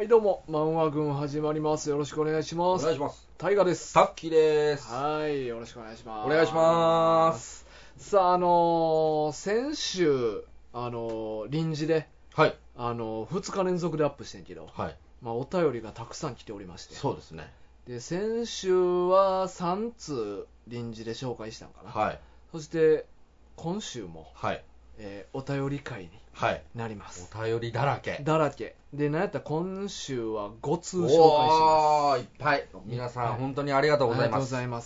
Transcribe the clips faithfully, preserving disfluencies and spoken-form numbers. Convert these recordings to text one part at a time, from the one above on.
はいどうも、漫画軍始まります。よろしくお願いします。 お願いします。 タイガです。 タッキーです。 はい、よろしくお願いします。 お願いします。 さあ、あのー、先週、あのー、臨時で、 はい。 あのー、ふつか連続でアップしてんけど、 はい。 まあ、お便りがたくさん来ておりまして。 そうですね。 で、先週はさん通臨時で紹介したんかな。 はい。 そして、今週も、 はい。 えー、お便り会になります。 お便りだらけ。 だらけ。で、なんやったら今週はご通紹介します。 おー、いっぱい。皆さん、はい、本当にありがとうございます。 ありがとうございます。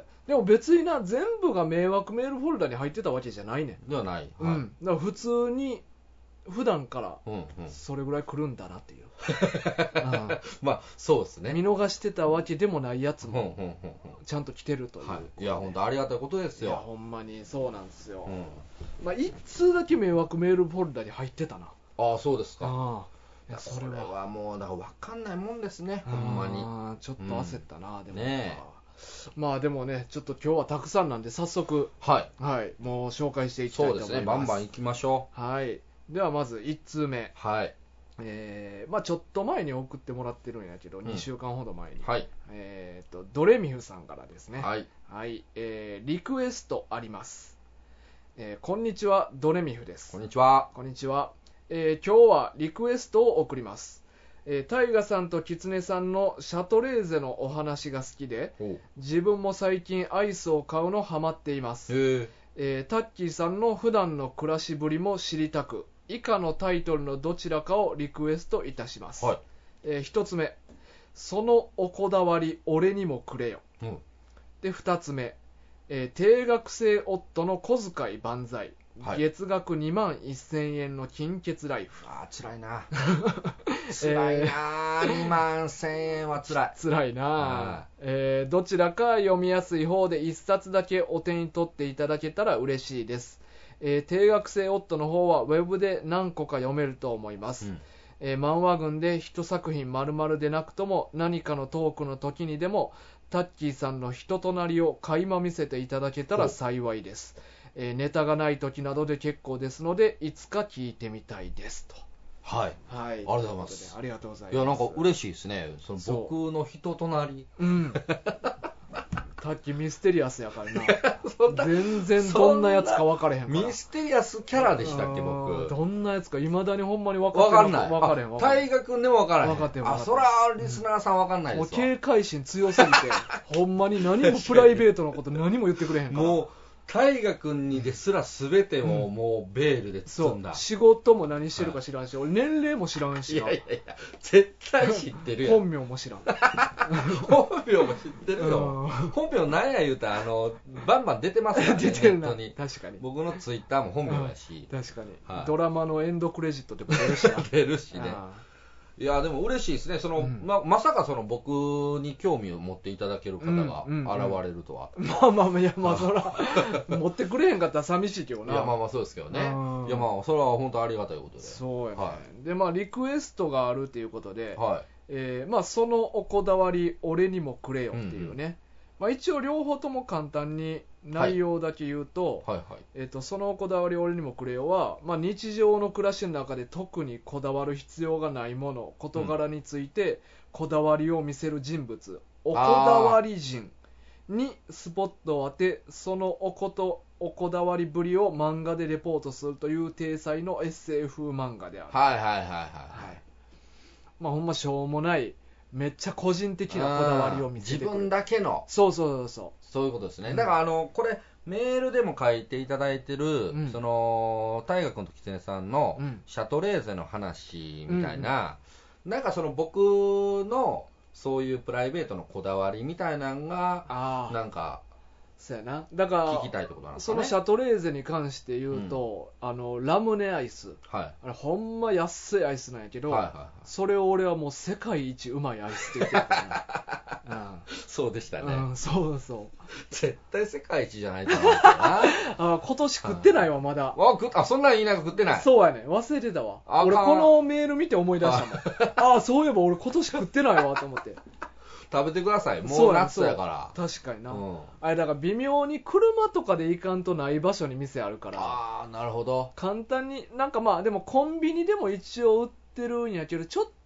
でも別にな、全部が迷惑メールフォルダに入ってたわけじゃないねん。 ではない。はい、 うん。だから普通に、普段からうんうん、 それぐらい来るんだなっていう。 うん、まあ、そうですね。 見逃してたわけでもないやつも、ちゃんと来てるという、はい。 いや、本当ありがたいことですよ。 いや、ほんまにそうなんですよ。 うん、 まあ、一通だけ迷惑メールフォルダに入ってたな。 ああ、そうですか。 あいやそれは、はもう、だから分かんないもんですね、ほんまに。 ちょっと焦ったな、うん、でもねまあでもね、ちょっと今日はたくさんなんで、早速、 はい。 はい、もう紹介していきたいと思います。 そうですね、バンバンいきましょう。はい。ではまずいち通目。 はい。 えー、まあちょっと前に送ってもらってるんやけど、うん、にしゅうかんほど前に。 はい。 えーと、ドレミフさんからですね。 はい。 はい。えー、リクエストあります。えー、こんにちは、ドレミフです。 こんにちは。 こんにちは。えー、今日はリクエストを送ります。えー、タイガさんとキツネさんのシャトレーゼのお話が好きで、自分も最近アイスを買うのハマっています。 へー。 えー、タッキーさんの普段の暮らしぶりも知りたく、以下のタイトルのどちらかをリクエストいたします。 はい。 えー、ひとつめ、そのおこだわり俺にもくれよ。うん、で、ふたつめ、えー、定額制夫の小遣い万歳、はい、月額にまんせんえんの金欠ライフ。 あー、辛いな辛いな、えー、にまんせんえんは辛い辛いな、えー、どちらか読みやすい方でいっさつだけお手に取っていただけたら嬉しいです。えー、定額制夫の方はウェブで何個か読めると思います。うん、えー、漫画群で一作品丸々でなくとも何かのトークの時にでもタッキーさんの人となりを垣間見せていただけたら幸いです。えー、ネタがない時などで結構ですのでいつか聞いてみたいですと。 はい、 はい、 ありがとうございます。 ありがとうございます。 いや、なんか嬉しいですね、その僕の人となり。 うん。タッキーミステリアスやからな全然どんなやつか分からへんから。 ミステリアスキャラでしたっけ僕。 どんなやつかいまだにほんまに分かってない。分かんない。分かれへん。 大河君でも分からへん。 分かってん。 あ、そらリスナーさん分かんないですわ。 もう警戒心強すぎてほんまに何もプライベートのこと何も言ってくれへんから。もう大河君にですら全てをもうベールで包んだ、 うん、仕事も何してるか知らんし、はい、俺年齢も知らんしな。 いやいやいや絶対知ってるやん本名も知らん本名も知ってるよ、うん、本名何や言うたらあのバンバン出てますからね出てるな。確かに僕のツイッターも本名やし、 うん、確かに、 はい、 ドラマのエンドクレジットでも出るしな出るしね。いやでも嬉しいですね。その、うん、ま, まさかその僕に興味を持っていただける方が現れるとは、 うんうんうん、まあまあまあ、いやまあそら持ってくれへんかったら寂しいけどな。 いやまあまあそうですけどね。いやまあそれは本当ありがたいことで。 そうやね、 はい、 でまあリクエストがあるっていうことで、 はい、 えー、まあそのおこだわり俺にもくれよっていうね、うんうん、まあ、一応両方とも簡単に内容だけ言うと、 はいはいはい、 えー、とそのこだわり俺にもくれよは、まあ、日常の暮らしの中で特にこだわる必要がないもの事柄についてこだわりを見せる人物、うん、おこだわり人にスポットを当てそのおことおこだわりぶりを漫画でレポートするという体裁のエッセイ風漫画である。 はいはいはいはい、はい、 まあほんましょうもないめっちゃ個人的なこだわりを見せてくる。 自分だけの。 そうそうそうそう。 そういうことですね。だからあのこれメールでも書いていただいてる、うん、その大河君と狐さんのシャトレーゼの話みたいな、うん、なんかその僕のそういうプライベートのこだわりみたいなのがなんか。 そうやな。だから聞きたいってことなんですかね。そのシャトレーゼに関して言うと、うん、あのラムネアイス、はい、あれほんま安いアイスなんやけど、はいはいはい、それを俺はもう世界一うまいアイスって言ってるからな、うん、 そうでしたね、 うん、そうそう絶対世界一じゃないと思うなあ今年食ってないわまだ。 ああそんなん言いながら食ってない。 そうやね忘れてたわ。俺このメール見て思い出したもん。ああそういえば俺今年食ってないわと思って食べてください。もう夏やから。 確かにな、うん、あれだから微妙に車とかで行かんとない場所に店あるから。 ああなるほど。 簡単になんかまあでもコンビニでも一応売ってるんやけどちょっ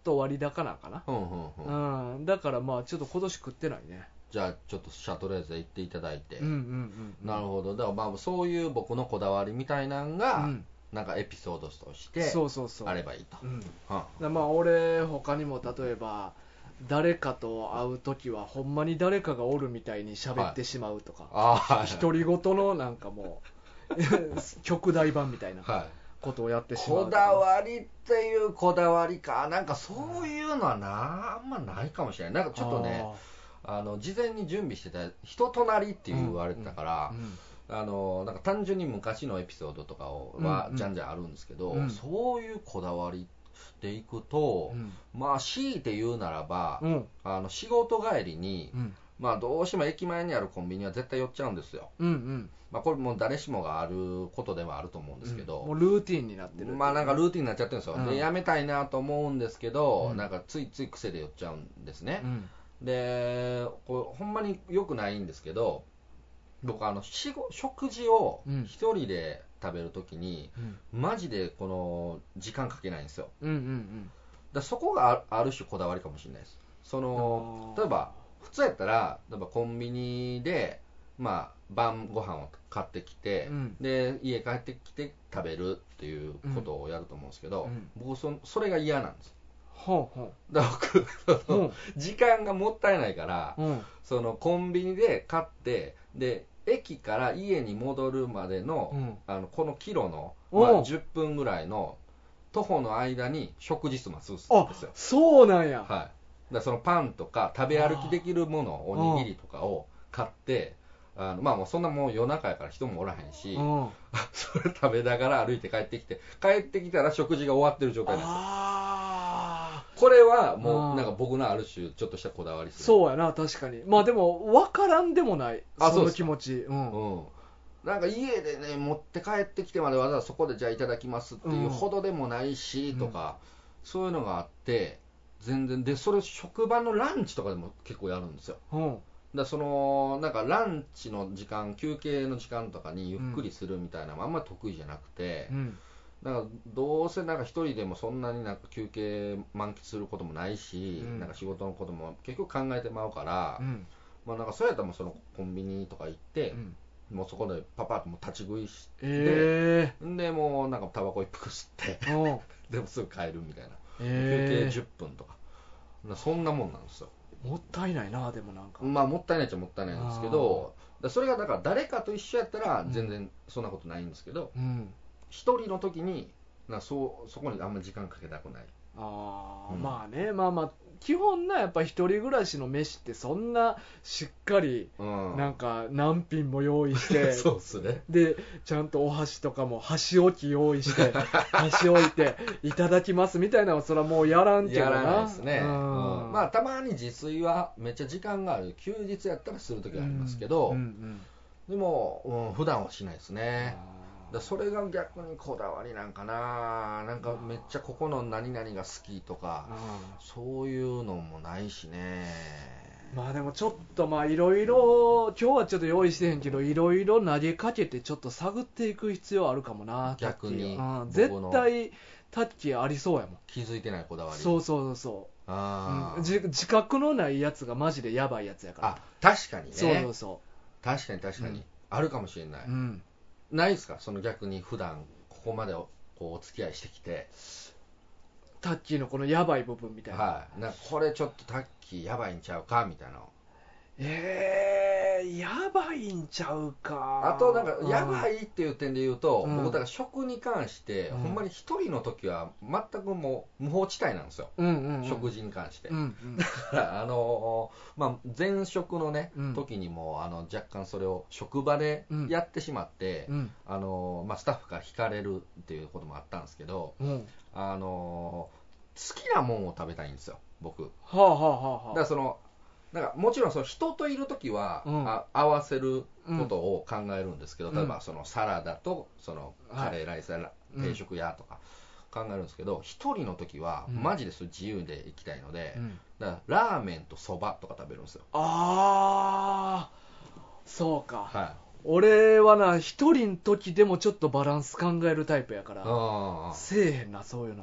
と割高なんかな、 うんうんうんうん、だからまあちょっと今年食ってないね。 じゃあちょっとシャトレーゼ行っていただいて、 うんうんうんうん、 なるほど。だからまあそういう僕のこだわりみたいなんが、 うん、 なんかエピソードとしてそうそうそうあればいいと。 うん、 はだまあ俺他にも例えば誰かと会う時はほんまに誰かがおるみたいに喋ってしまうとか、 あ独り言のなんかもう極大版みたいなはい、 ことをやってしまうことだわりっていうこだわりか、なんかそういうのはなあんまないかもしれない。なんかちょっとね、あの事前に準備してた人となりって言われてたから、 うんうんうんあのなんか単純に昔のエピソードとかをはうんうんじゃんじゃんあるんですけど、 うんそういうこだわりでいくと、 うんまあ強いて言うならば、 うんあの仕事帰りに、 うんまあどうしても駅前にあるコンビニは絶対寄っちゃうんですよ。 うんうんまあこれもう誰しもがあることではあると思うんですけど、 もうルーティンになってるっていうね。 まあなんかルーティンになっちゃってるんですよ、 うんでやめたいなと思うんですけど、 うんなんかついつい癖で寄っちゃうんですね、 うんでこれほんまに良くないんですけど、僕あの仕事食事をうん一人で食べるときに、 うんマジでこの時間かけないんですよ。 うんうんだそこがあある種こだわりかもしれないです。そのあー例えば普通やったら例えばコンビニで、まあ、晩ご飯を買ってきて、 うんで家帰ってきて食べるっていうことをやると思うんですけど、 うん僕そそれが嫌なんです。 ほうほだから僕そのうん時間がもったいないから、 ううんそのコンビニで買ってで駅から家に戻るまでの,、 うんあのこのキロの、 おうまあ、じゅっぷんぐらいの徒歩の間に食事済ますんですあよ。 そうなんや、 はい、だからそのパンとか食べ歩きできるもの、おにぎりとかを買って、あのまあもうそんなもう夜中やから人もおらへんし、 うんそれ食べながら歩いて帰ってきて、帰ってきたら食事が終わってる状態なんですよ。 あこれはもううんなんか僕のある種ちょっとしたこだわりですね。 そうやな確かに。まあでも分からんでもないそのあそうですか気持ち。うんうん、なんか家でね持って帰ってきてまでわざわざそこでじゃあいただきますっていうほどでもないし、 うんとかそういうのがあって全然で、それ職場のランチとかでも結構やるんですよ。 うんだからそのなんかランチの時間休憩の時間とかにゆっくりするみたいなのもあんまり得意じゃなくて、 うんなんかどうせなんか一人でもそんなになんか休憩満喫することもないし、 うんなんか仕事のことも結局考えてまうから、 うんまあなんかそうやったらもうそのコンビニとか行って、 うんもうそこでパパッともう立ち食いして、 えでもうなんかタバコ一服吸ってえうんでもすぐ帰るみたいな、 ええ休憩じゅっぷんとかそんなもんなんですよ。 もったいないなでもなんか。 まあもったいないっちゃもったいないんですけど、だそれがだから誰かと一緒やったら全然そんなことないんですけど、 うん一人の時になんかそうそこにあんまり時間かけたくない。 ああ、 うんまあねまあまあ基本なやっぱ一人暮らしの飯ってそんなしっかりうんなんか何品も用意してそうっすね。 でちゃんとお箸とかも箸置き用意して箸置いていただきますみたいなのはそれはもうやらんけどな。 やらないですね、 ううんんまあたまに自炊はめっちゃ時間がある休日やったらする時はありますけど、 うんうんでも、うん、普段はしないですうんね。 あだそれが逆にこだわりなんかな。なんかめっちゃここの何々が好きとかーそういうのもないしね。 まあでもちょっとまあいろいろ今日はちょっと用意してへんけどいろいろ投げかけてちょっと探っていく必要あるかもな。 逆にタッキーはうん、 僕絶の対タッキーありそうやもん。 気づいてないこだわり。 そうそうそうそう、 あー、 うん、じ自覚のないやつがマジでやばいやつやから。 あ確かにね。 そうそうそ確かに確かに、 うんあるかもしれない、 う、うん、 ないですかその逆に普段ここまでおこうお付き合いしてきて、 タッキーのこのやばい部分みたいな、 はい、なんかこれちょっとタッキーやばいんちゃうかみたいな。 えー、やばいんちゃうか。 あとなんかやばい、 いっていう点で言うと、 うん僕だから食に関して、 うんほんまに一人の時は全くもう無法地帯なんですよ、 うんうんうん、 食事に関して、 うんうんだからあのーまあ、前職のね、 うん時にもあの若干それを職場でやってしまって、 うんあのーまあ、スタッフから引かれるっていうこともあったんですけど、 うんあのー好きなもんを食べたいんですよ僕。 はあはあはあはあだからそのなんかもちろんその人といるときは、 うんあ合わせることを考えるんですけど、 うん例えばそのサラダとそのカレーライスやらうん定食屋とか考えるんですけど、一人の時はうんマジでそれ自由で行きたいので、 うんだからラーメンとそばとか食べるんですよ。 あーそうか、 はい。 俺はな一人の時でもちょっとバランス考えるタイプやからあせえへんなそういうのは。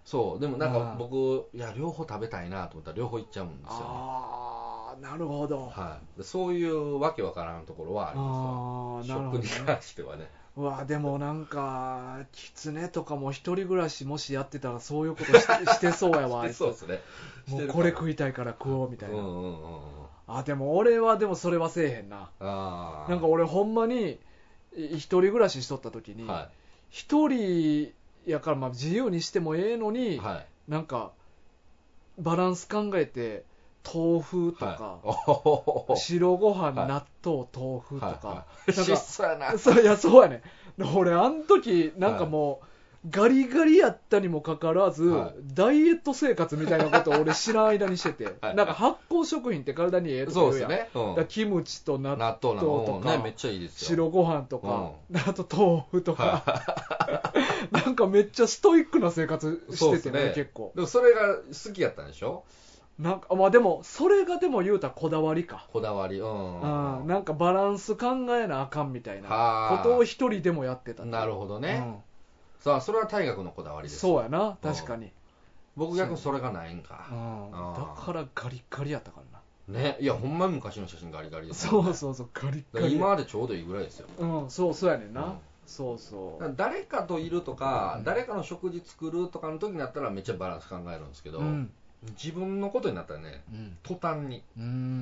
そうでもなんか僕いや両方食べたいなと思ったら両方いっちゃうんですよね。 ああなるほど、 はい、そういうわけわからんところはありますわ、食に関してはね。 うわでもなんかキツネとかも一人暮らしもしやってたらそういうことししてそうやわ。 してそうですね。 もうこれ食いたいから食おうみたいな、 うんうんうんうん、 あでも俺はでもそれはせえへんな。 あなんか俺ほんまに一人暮らししとった時に一、はい、人やからまあ自由にしてもええのに、はい、なんかバランス考えて豆腐とか、はい、白ご飯、はい、納豆豆腐とか、はい、なんかそうやな。 そういやそうやね。俺あん時なんかもう、はい、ガリガリやったにもかかわらず、はい、ダイエット生活みたいなことを俺知らん間にしてて、はい、なんか発酵食品って体にええとか言うやん。そうですね、うん、だキムチと納豆とか、 ね、めっちゃいいですよ。 白ご飯とか、うん、あと豆腐とか、はい、なんかめっちゃストイックな生活してて ね, ね結構。 でもそれが好きやったんでしょ。 なんかまあでもそれがでも言うたらこだわりか。 こだわり、うん、 うん、なんかバランス考えなあかんみたいなことを一人でもやってた。 なるほどね、うん、さあそれは大学のこだわりです。 そうやな確かに、うん、 僕逆にそれがないんか、 うん、だからガリガリやったからなね。いやほんまに昔の写真ガリガリです、 ね、そうそうそうガリガリ。 今までちょうどいいぐらいですよ。 うんそうそうやねんな、うん、そうそう誰かといるとか、うん、誰かの食事作るとかの時になったらめっちゃバランス考えるんですけど、うん、自分のことになったらね、うん、途端に、うん、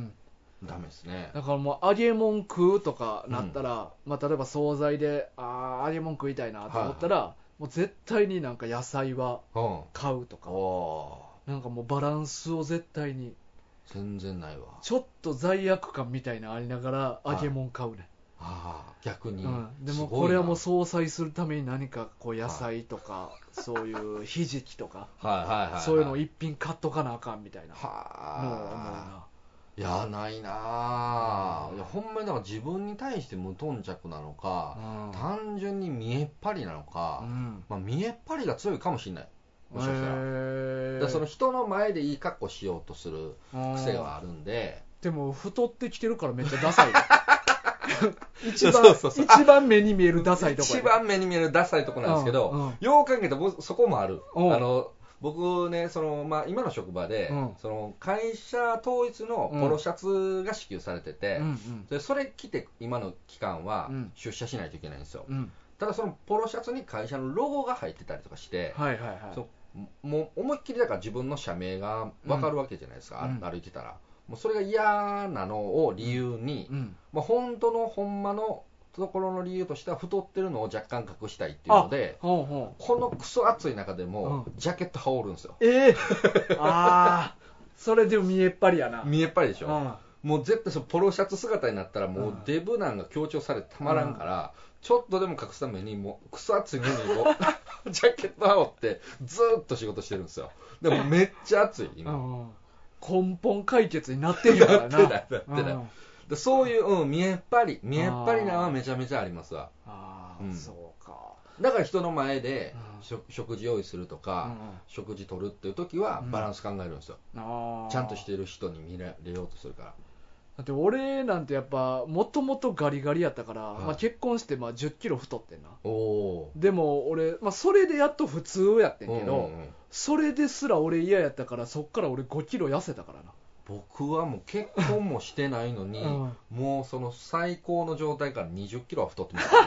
ダメですね。 だからもう揚げ物食うとかなったら、うん、まあ、例えば惣菜であ揚げ物食いたいなと思ったら、はいはい、もう絶対になんか野菜は買うとか、うん、なんかもうバランスを絶対に。 全然ないわ。 ちょっと罪悪感みたいなありながら揚げ物買うね、はい、 あ逆に、 うん、でもこれはもう相殺するために何かこう野菜とか、はい、そういうひじきとかはいはいはい、はい、そういうのを一品買っとかなあかんみたいなのを思うな。 いやないなあ、うん、いやほんまにだから自分に対して無頓着なのか、うん、単純に見えっ張りなのか、うんまあ、見えっ張りが強いかもしれない。もしかしたら、えー、その人の前でいい格好しようとする癖があるんで。 でも太ってきてるからめっちゃダサい一番そうそうそう一番目に見えるダサいとこ一番目に見えるダサいとこなんですけど、うんうん、よう考えたらそこもある。あの僕ねその、まあ、今の職場で、うん、その会社統一のポロシャツが支給されてて、うんうん、でそれ着て今の期間は出社しないといけないんですよ、うん、ただそのポロシャツに会社のロゴが入ってたりとかして、はいはいはい、そもう思いっきりだから自分の社名が分かるわけじゃないですか、うん、歩いてたらもうそれが嫌なのを理由に、うんまあ、本当のほんまのところの理由としては太ってるのを若干隠したいっていうので、ほうほうこのクソ暑い中でもジャケット羽織るんですよ。 ええー、ああそれでも見えっ張りやな。 見えっ張りでしょ、うん、もう絶対そのポロシャツ姿になったらもうデブなんが強調されてたまらんから、うん、ちょっとでも隠すためにもうクソ暑いのにもうジャケット羽織ってずーっと仕事してるんですよ。でもめっちゃ暑い今、うん、 根本解決になってるからな。なってないなってない、うんでそういう、うん、見えっ張り見えっ張りなのはめちゃめちゃありますわ。ああ、うん、そうか。 だから人の前で、うん、食事用意するとか、うん、食事取るっていう時はバランス考えるんですよ、うん、ちゃんとしてる人に見られようとするから。 だって俺なんてやっぱもともとガリガリやったから、はいまあ、結婚してまあじゅっキロ太ってんな。おでも俺、まあ、それでやっと普通やってんけど、うんうんうん、それですら俺嫌やったからそっから俺ごキロ痩せたからな。 僕はもう結婚もしてないのに、うん、もうその最高の状態からにじゅっキロは太ってます、ね、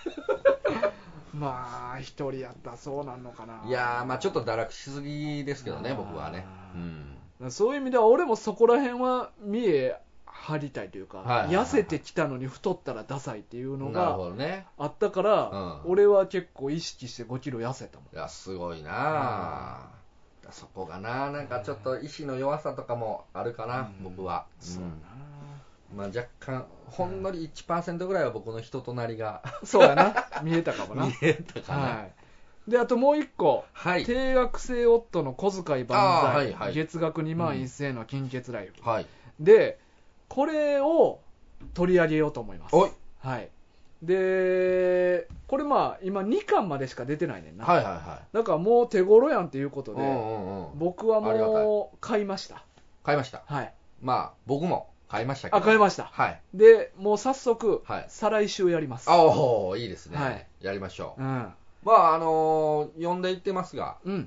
まあ一人やったらそうなんのかな。 いやーまあちょっと堕落しすぎですけどね僕はね、 うん、そういう意味では俺もそこら辺は見え張りたいというか、はいはいはいはい、痩せてきたのに太ったらダサいっていうのがあったから、ねうん、俺は結構意識してごキロ痩せたもん。 いやすごいな、うんそこがな、なんかちょっと意志の弱さとかもあるかな、うん、僕は、うん、そうな、まあ、若干ほんのり いちパーセント ぐらいは僕の人となりがそうやな見えたかもな見えたかな、はい、 であともう一個、はい、定額制夫の小遣い万歳、はいはい、月額にまんせんえんの金欠ライフ、うんはい、でこれを取り上げようと思います。おい、はい、でこれまあ今にかんまでしか出てないねんな、はいはいはい、だからもう手頃やんっていうことで、うんうんうん、僕はもう買いました。 買いました、はい、まあ僕も買いましたけど。 あ買いました、はい、でもう早速、はい、再来週やります。 ああいいですね、はい、やりましょう、うん、まああのー、読んでいってますが、うん、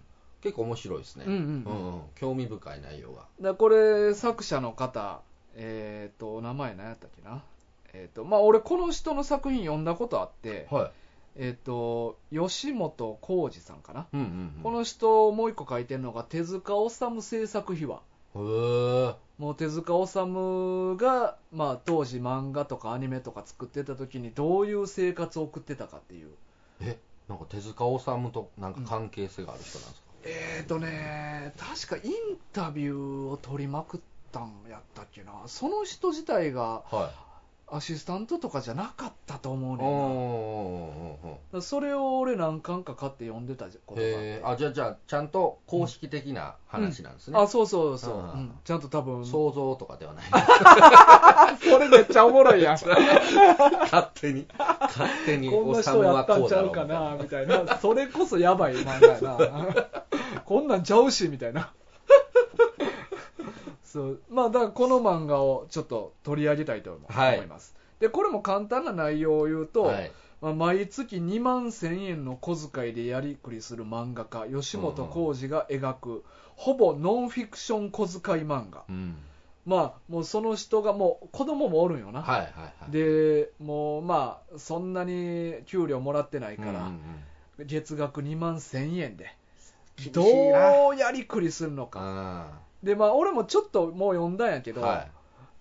結構面白いですね、 うんうんうんうんうん、興味深い内容が。 だこれ作者の方、えっ、ー、と名前何やったっけな、えっ、ー、とまあ俺この人の作品読んだことあって、 はい、 えっ、ー、と吉本浩二さんかな、 うんうんうん、 この人もう一個書いてるのが手塚治虫制作秘話。 へー、 もう手塚治虫が、まあ、当時漫画とかアニメとか作ってた時にどういう生活を送ってたかっていう。 え、なんか手塚治虫となんか関係性がある人なんですか？ うん、えーとね確かインタビューを取りまくったんやったっけな。その人自体が、はい、アシスタントとかじゃなかったと思うねんな。それを俺何巻か買って読んでたことがあって。 あ、じゃあじゃあちゃんと公式的な話なんですね、 うんうん、あ、そうそうそう、うんうん、ちゃんと多分想像とかではないそれめっちゃおもろいやん勝手に勝手にこんな人やったんちゃうかなみたいな、それこそやばい漫画やなこんなんちゃうしみたいなそう、まあ、だからこの漫画をちょっと取り上げたいと思います、はい、でこれも簡単な内容を言うと、はい、まあ、毎月にまんせんえんの小遣いでやりくりする漫画家吉本浩二が描く、うん、ほぼノンフィクション小遣い漫画、うん、まあもうその人がもう子供もおるんよな、はいはいはい、でもうまあそんなに給料もらってないから、うんうん、月額にまんせんえんでどうやりくりするのかで、まあ俺もちょっともう読んだんやけど、はい、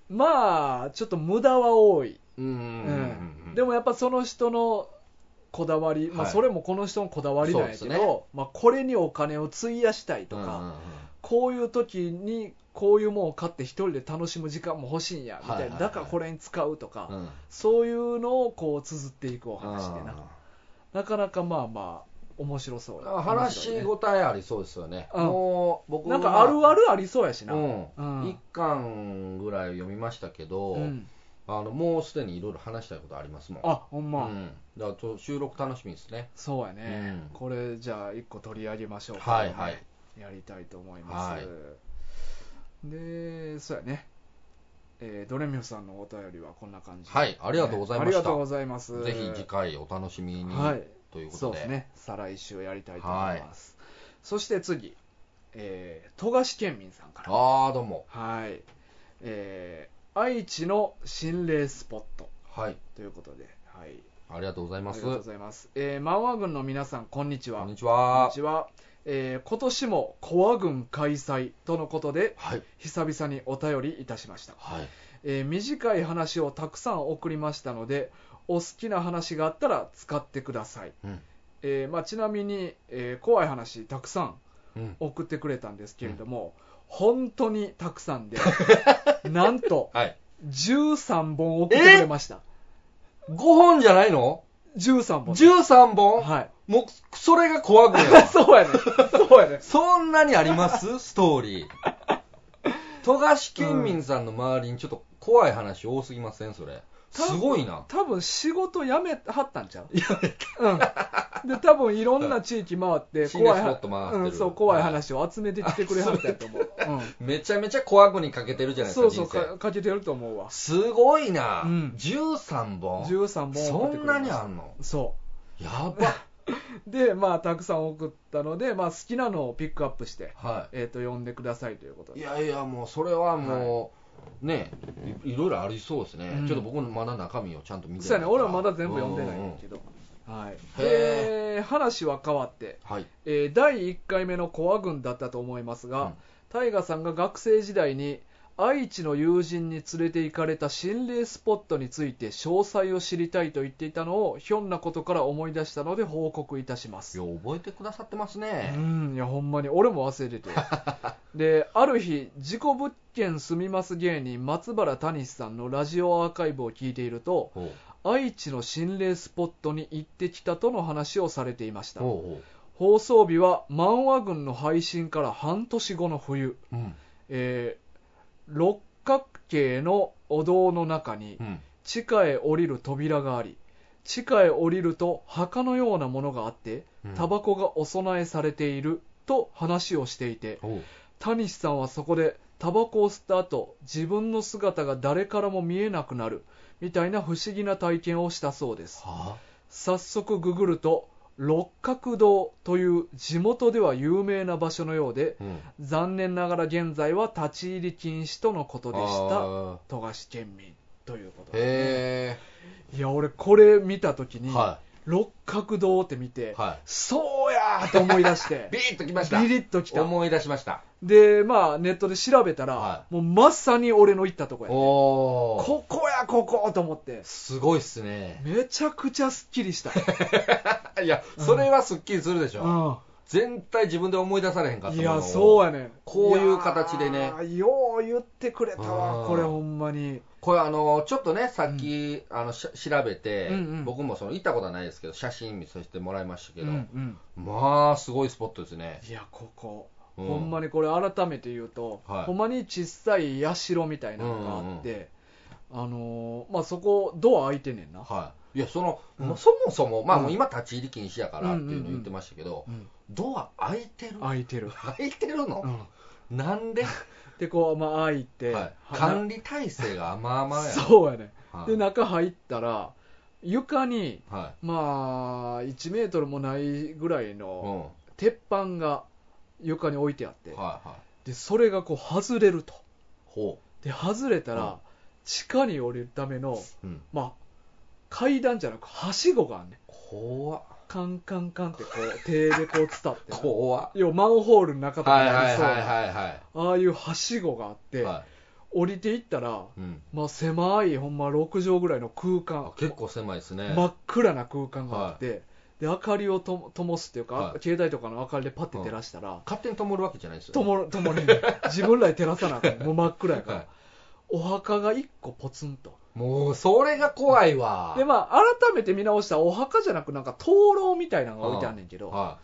まあちょっと無駄は多い、うんうんうんうん、でもやっぱその人のこだわり、はい、まあ、それもこの人のこだわりなんやけど、ね、まあ、これにお金を費やしたいとか、うんうんうん、こういう時にこういうものを買って一人で楽しむ時間も欲しいんやみたいな、はいはいはい、だからこれに使うとか、うん、そういうのをこう綴っていくお話でな、なかなかまあまあ面白そう、 話し応えありそうですよね、うん、もう僕なんかあるあるありそうやしな、うんうん、いっかんぐらい読みましたけど、うん、あのもうすでにいろいろ話したいことありますもん。 あ、ほんま、うん、 だから収録楽しみですね。 そうやね、うん、これじゃあいっこ取り上げましょうか、ね、はいはい、やりたいと思います、はい、でそうやね、えー、ドレミフさんのお便りはこんな感じ、 はい、ありがとうございました、 ありがとうございます。 ぜひ次回お楽しみに、 はい、 ということで、 そうですね、再来週やりたいと思います、はい、そして次、えー、富樫県民さんから、 あーどうも、 はい、えー、愛知の心霊スポット、 はい、 ということで、はい、 ありがとうございます。 ありがとうございます、えー、漫画軍の皆さんこんにちは。 こんにちは。 こんにちは、えー、今年もコア軍開催とのことで、はい、久々にお便りいたしました、はい、えー、短い話をたくさん送りましたのでお好きな話があったら使ってください、うん、えーまあ、ちなみに、えー、怖い話たくさん送ってくれたんですけれども、うん、本当にたくさんでなんと、はい、じゅうさんぼん送ってくれました。 ごほんじゃないの？ じゅうさんぼん。 じゅうさんぼん？はい。もうそれが怖くないそうやね。そうやね。 そんなにありますストーリー。富樫県民さんの周りにちょっと怖い話多すぎませんそれ。すごいな。 多分仕事辞めはったんちゃう？辞めた。うん。で多分いろんな地域回って怖い話、うん、そう怖い話を集めてきてくれはったんやと思う。 うん、めちゃめちゃ怖くにかけてるじゃないですか。 そうそうか、かけてると思うわ。 すごいな。うん、じゅうさんぼん。 じゅうさんぼん。 そんなにあんの？ そう。 やば。 でまあたくさん送ったので、まあ、好きなのをピックアップして、はい、えー、と読んでくださいということで。 いやいやもうそれはもう、はい、ねい、いろいろありそうですね、うん、ちょっと僕もまだ中身をちゃんと見てないから。そうやね、 俺はまだ全部読んでないんだけど、はい、で話は変わって、はい、えー、だいいっかいめのコア軍だったと思いますが、タイガさんが学生時代に愛知の友人に連れて行かれた心霊スポットについて詳細を知りたいと言っていたのをひょんなことから思い出したので報告いたします。 いや覚えてくださってますね。 うん、いやほんまに俺も忘れててである日事故物件住みます芸人松原谷さんのラジオアーカイブを聞いていると、愛知の心霊スポットに行ってきたとの話をされていました。ほうほう、放送日は漫画軍の配信から半年後の冬、うん、えー六角形のお堂の中に地下へ降りる扉があり、地下へ降りると墓のようなものがあってタバコがお供えされていると話をしていて、谷さんはそこでタバコを吸った後自分の姿が誰からも見えなくなるみたいな不思議な体験をしたそうです。はあ、早速ググると六角堂という地元では有名な場所のようで、うん、残念ながら現在は立ち入り禁止とのことでした。富樫県民ということで、ね、へー。いや俺これ見た時に、はい、六角堂って見て、はい、そうやーと思い出してビリッときました。 ビリッときた。 思い出しました。 でまあネットで調べたら、はい、もうまさに俺の行ったとこやね。おここやここと思って。 すごいっすね。 めちゃくちゃスッキリしたいやそれはスッキリするでしょ、うん、全体自分で思い出されへんかったものを。 いやそうやね。 こういう形でね。 よう言ってくれたわこれほんまに。 これあのちょっとねさっき、うん、あの調べて、うんうん、僕もその行ったことはないですけど写真見させてもらいましたけど、うんうん、まあすごいスポットですね。 いやここ、うん、ほんまにこれ改めて言うと、はい、ほんまに小さい社みたいなのがあって、うんうん、あのー、まあそこドア開いてんねんな。はい。 いやその、うん、そもそも、まあ、もう今立ち入り禁止やからっていうのを言ってましたけど、うんうんうん、ドア開いてる開いてる開いてるの、うん、なんででこう、まあ、開いて、はい、 管理体制が甘々やそうやね、はい、で中入ったら床に、はい、まあいちメートルもないぐらいの鉄板が床に置いてあって、はいはい、でそれがこう外れると。ほうで外れたら、うん、地下に降りるための、うん、まあ階段じゃなくはしごがあんねん。 怖っ。 カンカンカンってこう手でこう伝って怖っ。 要はマンホールの中とかにありそうな、 はいはいはいはい、 ああいうはしごがあって、はい、降りていったら、うん、まあ狭いほんまろくじょうぐらいの空間。 結構狭いですね。 真っ暗な空間があって、はい、で明かりをと灯すっていうか、はい、携帯とかの明かりでパッて照らしたら、うん、 勝手に灯るわけじゃないですよ、 ね、灯る灯る自分らで照らさなあかんもう真っ暗やから、はい、お墓がいっこポツンと。 もうそれが怖いわ。 でまあ改めて見直したらお墓じゃなくなんか灯籠みたいなのが置いてあんねんけど、はい、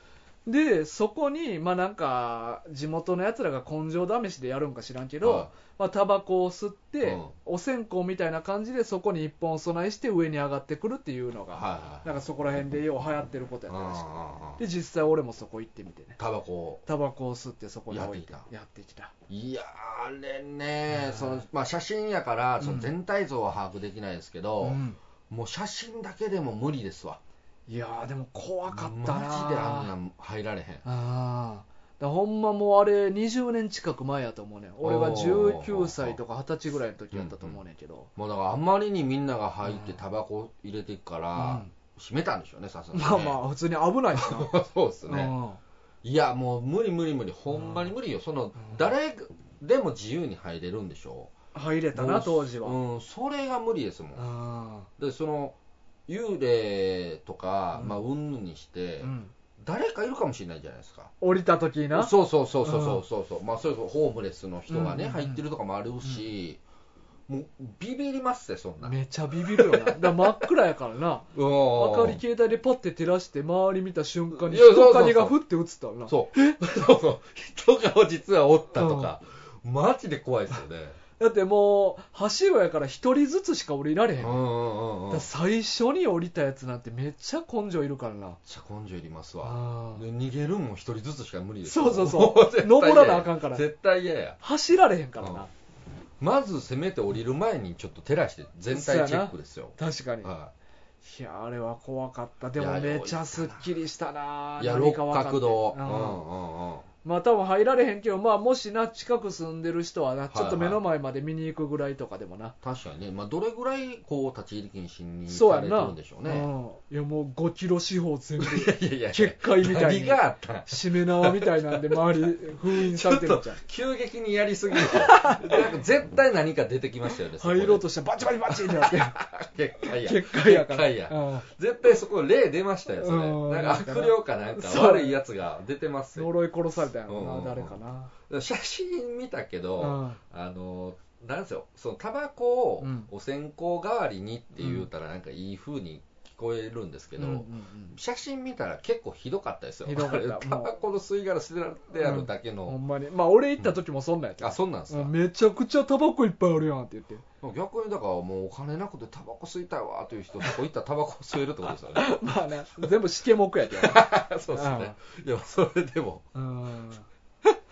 でそこにまあなんか地元のやつらが根性試しでやるんか知らんけど、はい、まあタバコを吸って、うん、お線香みたいな感じでそこに一本お供えして上に上がってくるっていうのが、はいはい、なんかそこら辺でよう流行ってることやったらしくて、で実際俺もそこ行ってみてね、 タバコタバコを吸ってそこに置いてやってきた。 いやあれね、そのまあ、写真やからその全体像は把握できないですけど、うん、もう写真だけでも無理ですわ。 いやーでも怖かったな。 マジであんなん入られへん。 あだほんまもうあれにじゅうねん近く前やと思うねん。俺がじゅうきゅうさいとかはたちぐらいの時やったと思うねんけど、 うんうん、もうだからあんまりにみんなが入ってタバコ入れていくから、うん、閉めたんでしょうねさすがに、ね、 まあまあ普通に危ないしなそうですね、うん、いやもう無理無理無理ほんまに無理よ。その誰でも自由に入れるんでしょ。 入れたな当時は。 うん、それが無理ですもん。でその幽霊とか、うん、まあうんぬにして、うん、誰かいるかもしれないじゃないですか。 降りた時な。 そうそうそうそうそうそうそう、うん、まあそういうホームレスの人がね、うんうんうん、入ってるとかもあるし、うん、もうビビりますねそんな。 めちゃビビるよな。だから真っ暗やからな。明かり携帯でパッて照らして周り見た瞬間に人影がふって映ったな。 そうそうそう人が実はおったとか、うん、マジで怖いですよね。 だってもうはしごやから一人ずつしか降りられへん、うんうんうん、だ最初に降りたやつなんてめっちゃ根性いるからな。めっちゃ根性いりますわ。で逃げるんも一人ずつしか無理です。 そうそうそう登らなあかんから絶対嫌や。 走られへんからな、うん、 まずせめて降りる前にちょっと照らして全体チェックですよ。 確かに、はい、いやあれは怖かった。でもめちゃすっきりしたな。 いや六角堂、うんうんうん、 まあ多分入られへんけど、まあもしな近く住んでる人はな、ちょっと目の前まで見に行くぐらいとかでもな、 はいはい、確かにね、まあどれぐらいこう立ち入り禁止にされてるんでしょうね。 うん、いやもうごキロ四方全部いやいやいや結界みたいに何があったしめ縄みたいなんで周り封印されてるじゃん。 急激にやりすぎるなんか絶対何か出てきましたよね。 入ろうとしてバチバチバチってなって結界や結界やから結界や、うん、絶対そこ例出ましたよそれ、うん、なんか悪霊かなんか悪いやつが出てますよ。 呪い殺されたやろな、うん、誰かな。 写真見たけど、うん、あのなんですよ、そのタバコをお線香代わりにって言うたらなんかいい風に聞こえるんですけど、うんうんうん、写真見たら結構ひどかったですよ。 ひどかった。 タバコの吸い殻捨てられてあるだけの、 うん、ほんまに。まあ俺行った時もそんなんやった、 うん、あ、そんなんですか。 めちゃくちゃタバコいっぱいあるやんって言って。 逆にだからもうお金なくてタバコ吸いたいわという人、そこ行ったらタバコ吸えるってことですよね。 まあね、全部しけもくやけど。 そうですね。いやそれでも。うん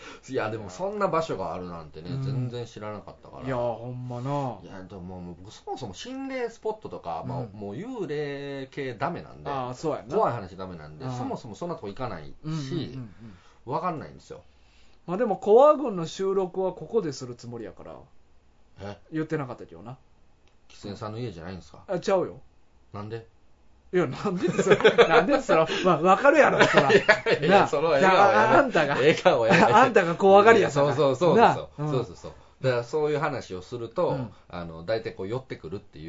いやでもそんな場所があるなんてね、うん、全然知らなかったから。 いやほんまな。 いやでももうそもそも心霊スポットとか、うん、まあ、もう幽霊系ダメなんで、 あそうやな、 怖い話ダメなんで、そもそもそんなとこ行かないし、うんうんうんうん、分かんないんですよ。 まあでもコア軍の収録はここでするつもりやから。 え言ってなかったけどな。 キツネさんの家じゃないんですか。 あちゃうよ。 なんで。 いや、なんでそれ、なんでそれ、まあ、わかるやろ、そら。 いやいや、その笑顔やあんたが、 笑顔やあんたが怖がりやそうそうそうそう。 うん、 そうそうそう。だからそういう話をすると、うん、あの大体こう寄ってくるっていう。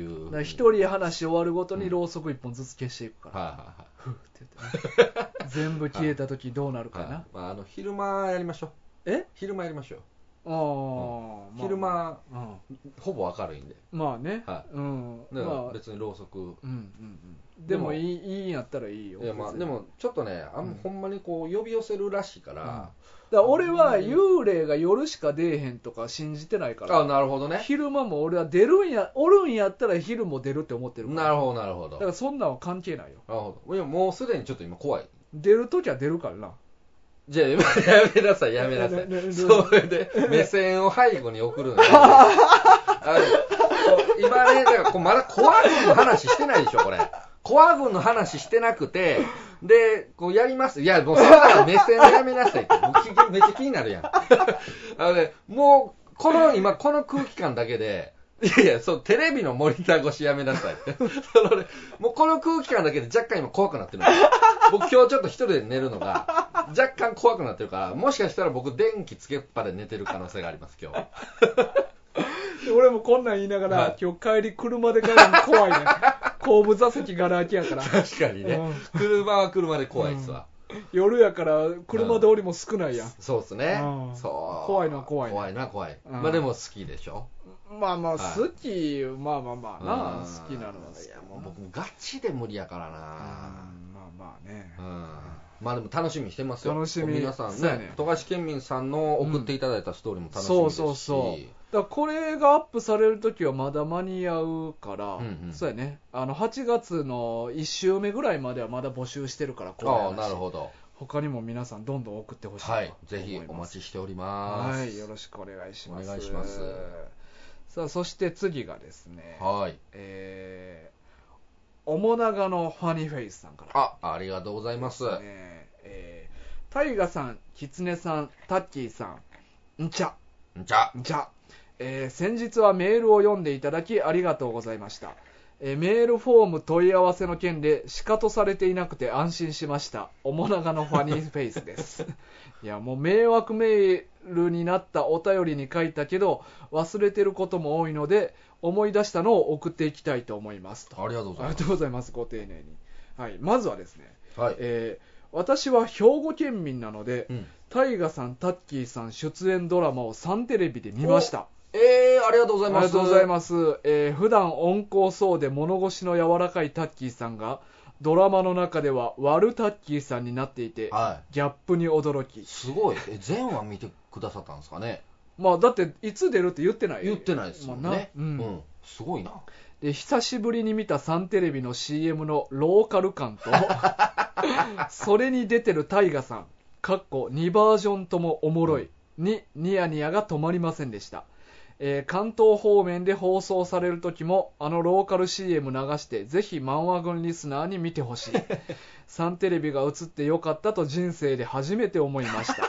一人話終わるごとにろうそく一本ずつ消していくから。 はいはいはい。 ふーって言って、ね、全部消えた時どうなるかな。はい、 まあ、あの昼間やりましょう。 え？ 昼間やりましょう。 ああ、 うん、昼間、うん、ほぼ明るいんで。 まあね。 はい。 うん。 だから別にろうそく。うんうんうん。でもいい、いいんやったらいいよ。 いやまあでもちょっとね、あん、うん、ほんまにこう呼び寄せるらしいから。うん、だから俺は幽霊が夜しか出えへんとか信じてないから。 あ、なるほどね。 昼間も俺は出るんや、おるんやったら昼も出るって思ってるから。 なるほどなるほど。 だからそんなんは関係ないよ。 なるほど。いやもうすでにちょっと今怖い。 出るときは出るからな。 じゃあやめなさいやめなさい。それで目線を背後に送るの。あの今ね、だからこうまだコア軍の話してないでしょこれ。コア軍の話してなくて、でこうやります。いやもうそんな目線をやめなさいって。めっちゃ気になるやん。あのね、もうこの今この空気感だけで。いやいや、そう、テレビのモニター越しやめなさいって。そのね、もうこの空気感だけで若干今怖くなってるんですよ。僕今日ちょっと一人で寝るのが若干怖くなってるから、もしかしたら僕電気つけっぱで寝てる可能性があります、今日。 俺もこんなん言いながら、はい、今日帰り車で帰るの怖いね。後部座席ガラ空きやから。 確かにね。うん、車は車で怖いっすわ。 うん、夜やから車通りも少ないやん。うん、 そうっすね。 うん、 そう。 怖いのは怖い、ね。 怖いな怖い。うん、まあでも好きでしょ。 まあまあ好き、はい、まあまあまあな、好きなのは好き。 いやもう僕ガチで無理やからな。まあまあね。 うん。まあでも楽しみにしてますよ。 楽しみ。 皆さんね、富樫県民さんの送っていただいたストーリーも楽しみですし。 そうそうそう。だからこれがアップされるときはまだ間に合うから、うんうん、そうやね。あのはちがつのいっ週目ぐらいまではまだ募集してるから。 ああ、なるほど。 他にも皆さんどんどん送ってほしいと思います。 はい、ぜひお待ちしております。 はい、よろしくお願いします。 お願いします。 さあ、そして次がですね、 はい、 えー、おもながのファニーフェイスさんから。 あ、ありがとうございます。 ですね、えー、タイガさん、キツネさん、タッキーさん、んちゃ、 んちゃ、 んちゃ、えー、先日はメールを読んでいただきありがとうございました。えー、メールフォーム問い合わせの件でシカトされていなくて安心しました。おもながのファニーフェイスです。いやもう迷惑メールになったお便りに書いたけど忘れてることも多いので思い出したのを送っていきたいと思いますと。 ありがとうございます。 ありがとうございます。ご丁寧に。はい、まずはですね、 はい、 えー、私は兵庫県民なので、うん、タイガさん、タッキーさん出演ドラマをサンテレビで見ました。 えー、ありがとうございます。 ありがとうございます。えー、普段温厚そうで物腰の柔らかいタッキーさんがドラマの中では悪タッキーさんになっていて、 はい、 ギャップに驚き。 すごい。え、全話見てくださったんですかね。 まあだっていつ出るって言ってない。 言ってないですもんね。 まあ、うん、 うん、すごいな。 で久しぶりに見たサンテレビの シーエム のローカル感とそれに出てるタイガさんかっこにバージョンともおもろいにニヤニヤが止まりませんでした。えー、関東方面で放送される時もあのローカル シーエム 流してぜひ漫画軍リスナーに見てほしい。サンテレビが映ってよかったと人生で初めて思いました。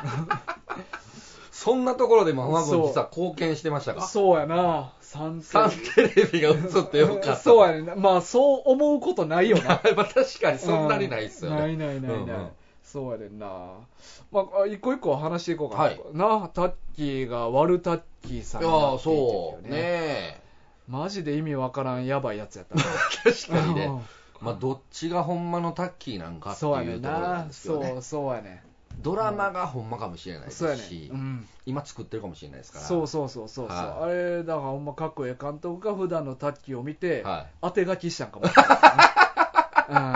そんなところで漫画軍実は貢献してましたか。 そうやな。サンテレビが映ってよかった。 そうやね。まあそう思うことないよな。 まあ確かにそんなにないっすよね。 ないないないない。うんうん、そうやねんな。まあ一個一個話していこうかな。はい、なタッキーが悪タッキーさんになっていてるよね。 いやそうね。 マジで意味わからんやばいやつやったな。 確かにね。まあどっちがほんまのタッキーなんかっていうところなんですよね。 そうそうやね。 ドラマがほんまかもしれないですし、 うん、 今作ってるかもしれないですから。 そうそうそうそう、はい、あれだからほんまかっこええ監督が普段のタッキーを見て、はい、当て書きしたんかもしれない、ね。うん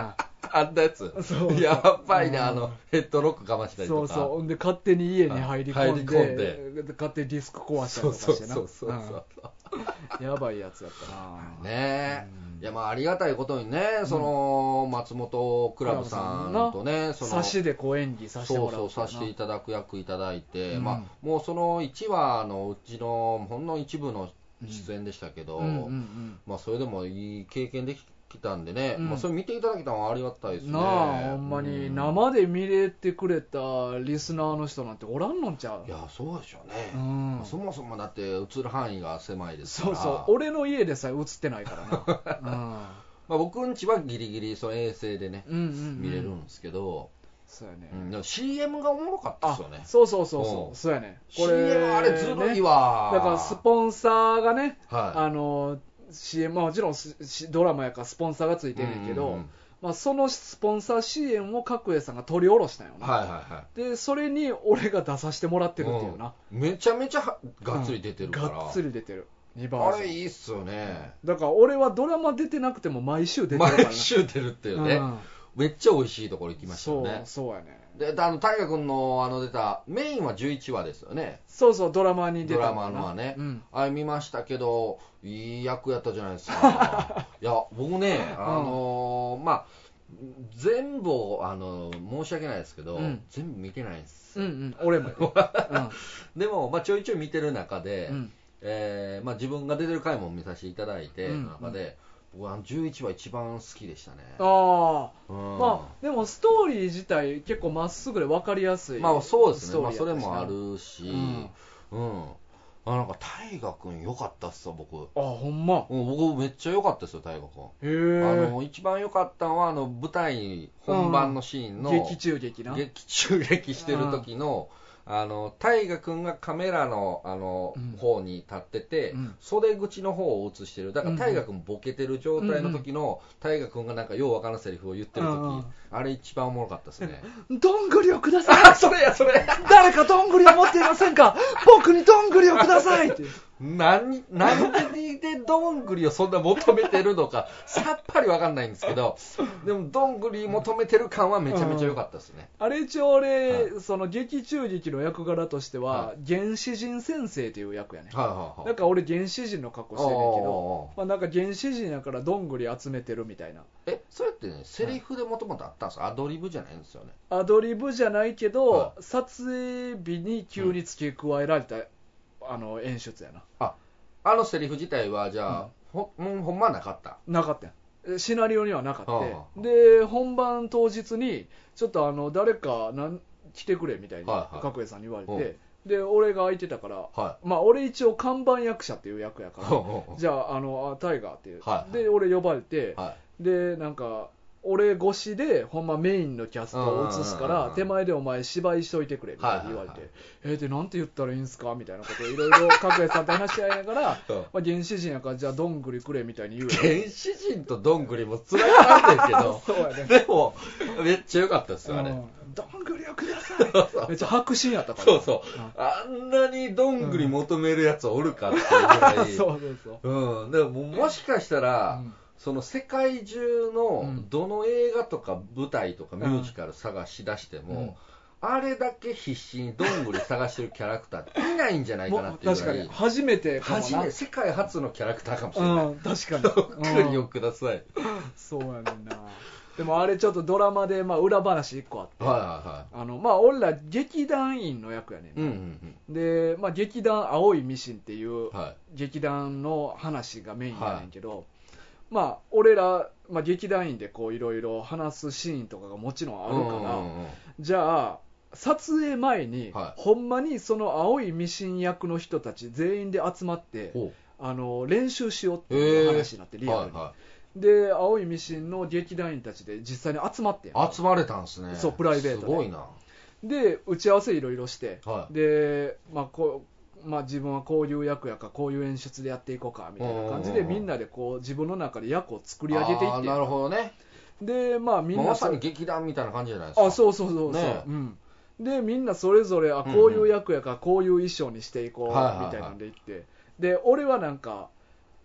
あんなやつそうやばいね、 うんあのヘッドロックかましたりとか。 そうそうで勝手に家に入り込んで、 入り込んで勝手にディスク壊したりとかしてな。 そうそうそうそううんやばいやつやったなねえ、 うんいやまあありがたいことにね、その松本クラブさんとね、その差しでこう演技させてもらそううそうさせていただく役いただいて、 うんまあもうそのいちわのうちのほんの一部の出演でしたけど、 うんうんうんまあそれでもいい経験できたんでね、 うんまあそれ見ていただけたのはありがたいですね。 なあほんまに生で見れてくれたリスナーの人なんておらんのんちゃう。 いやそうでしょうね、 うんそもそもだって映る範囲が狭いですから。 そうそう俺の家でさえ映ってないからなまあ、僕んちはギリギリその衛星でね、 うんうんうんうん見れるんですけど、 そうやね、 うん、でも シーエム がおもろかったですよね。 そうそうそうそう、 うんそうやねこれ シーエム あれずるいわ、 ね、だからスポンサーがね、 はいあの シーエム もちろんしドラマやからスポンサーがついてんねんけど、 うんうんうんまあ、そのスポンサー シーエム を角栄さんが取り下ろしたんよな、 はいはいはでそれに俺が出させてもらってるっていうな、 い、うん、めちゃめちゃがっつり出てるから、 がっつり出てるにバージョンあれいいっすよね、 だから俺はドラマ出てなくても毎週出てるからな毎週出るっていうね、 うんめっちゃ美味しいところ行きましたよね。 そうそうやねであの大河君のあの出たメインはじゅういちわですよね。 そうそうドラマに出たドラマのはね、 うんあれ見ましたけどいい役やったじゃないですかいや僕ねあのーまあ全部あの申し訳ないですけど、 うん全部見てないんですうんうん俺もやでも、まあ、ちょいちょい見てる中で、 うんえーまあ、自分が出てる回も見させていただいて、 うんの中で僕はじゅういちわ一番好きでしたね。 ああ、 うんまあでもストーリー自体結構まっすぐで分かりやすい、 まあそうですね、まあ、 ストーリーそれやったしなもあるし、うんあなんか大河君良かったっすわ僕。 あほんまうん僕めっちゃ良かったですよ大河君。 へえあの一番良かったのはあの舞台本番のシーンの、 劇中劇な劇中劇してる時の、あの大河君がカメラのあの、 うん方に立ってて、 うん袖口の方を映してる。だから大河君ボケてる状態の時の、大河君がなんかようわからんセリフを言ってる時、 うんあれ一番おもろかったですね。 どんぐりをくださいあそれやそれ誰かどんぐりを持っていませんか僕にどんぐりをくださいって何何でどんぐりをそんな求めてるのかさっぱりわかんないんですけど、でもどんぐり求めてる感はめちゃめちゃ良かったですね。 あれ一応俺、 はその劇中劇の役柄としては、 は原始人先生という役やね、 はいはいはい。 だから俺原始人の格好してるんけどおーまあ、なんか原始人やからどんぐり集めてるみたいなえそれってねセリフでもともとあったんですか、アドリブじゃないんですよね。 アドリブじゃないけど、 は撮影日に急に付け加えられた、あの演出やなああのセリフ自体はじゃあ、ほんほんまはなかった。 なかったんえシナリオにはなかった、 はあはあで本番当日にちょっとあの誰かなん来てくれみたいにはいはい角栄さんに言われて、 うんで俺が空いてたから、 はまあ俺一応看板役者っていう役やかいらじゃああのあタイガーっていう、 はいで俺呼ばれて、 はでなんか俺越しでほんまメインのキャストを映すかうんうんうんうんら手前でお前芝居しといてくれみたいに言われて、 はいはいえー、でなんて言ったらいいんすかみたいなことをいろいろ角栄さんと話し合いながら、 い、うんまあ、原始人やからじゃあどんぐりくれみたいに言うよ原始人とどんぐりもつながらんねんけどそうやねでもめっちゃ良かったですよあれ、 うんどんぐりをくださいめっちゃ白真やったからそうそう、あんなにどんぐり求めるやつおるかっていうぐらい、 そうそうそううん、でももしかしたら、 うんその世界中うのんどの映画とか舞台とかミュージカル探し出しても、あれだけ必死にどんぐり探してるキャラクターっていないんじゃないかなっていうぐらい、 確かに初めてかもな初めて世界初のキャラクターかもしれない、 うん確かにどんぐりをうんください、 そうやねんなでもあれちょっとドラマで、まあ、裏話いっこあって、 はいはあのまあ俺ら劇団員の役やねんいはい、 な、 うんうんで、まあ、劇団青いミシンっていううん、はい劇団の話がメインやねんけど、まあ俺ら、まあ、劇団員でこういろいろ話すシーンとかがもちろんあるから、 うんうんうんじゃあ撮影前に、 はいほんまにその青いミシン役の人たち全員で集まってほあの練習しようっていう話になってうリアルに、 はで青いミシンの劇団員たちで実際に集まってんいはい、集まれたんですね、 そうプライベートですごいな、 で打ち合わせいろいろして、 はいで、まあこうまあ、自分はこういう役やからこういう演出でやっていこうかみたいな感じでうんうんうんみんなでこう自分の中で役を作り上げていってあーなるほどね、 でまあみんなまあまさに劇団みたいな感じじゃないですか。 あそうそうそうそう、 ねうん、でみんなそれぞれあこういう役やからこういう衣装にしていこうはいはいはいみたいなんでいって、で俺はなんか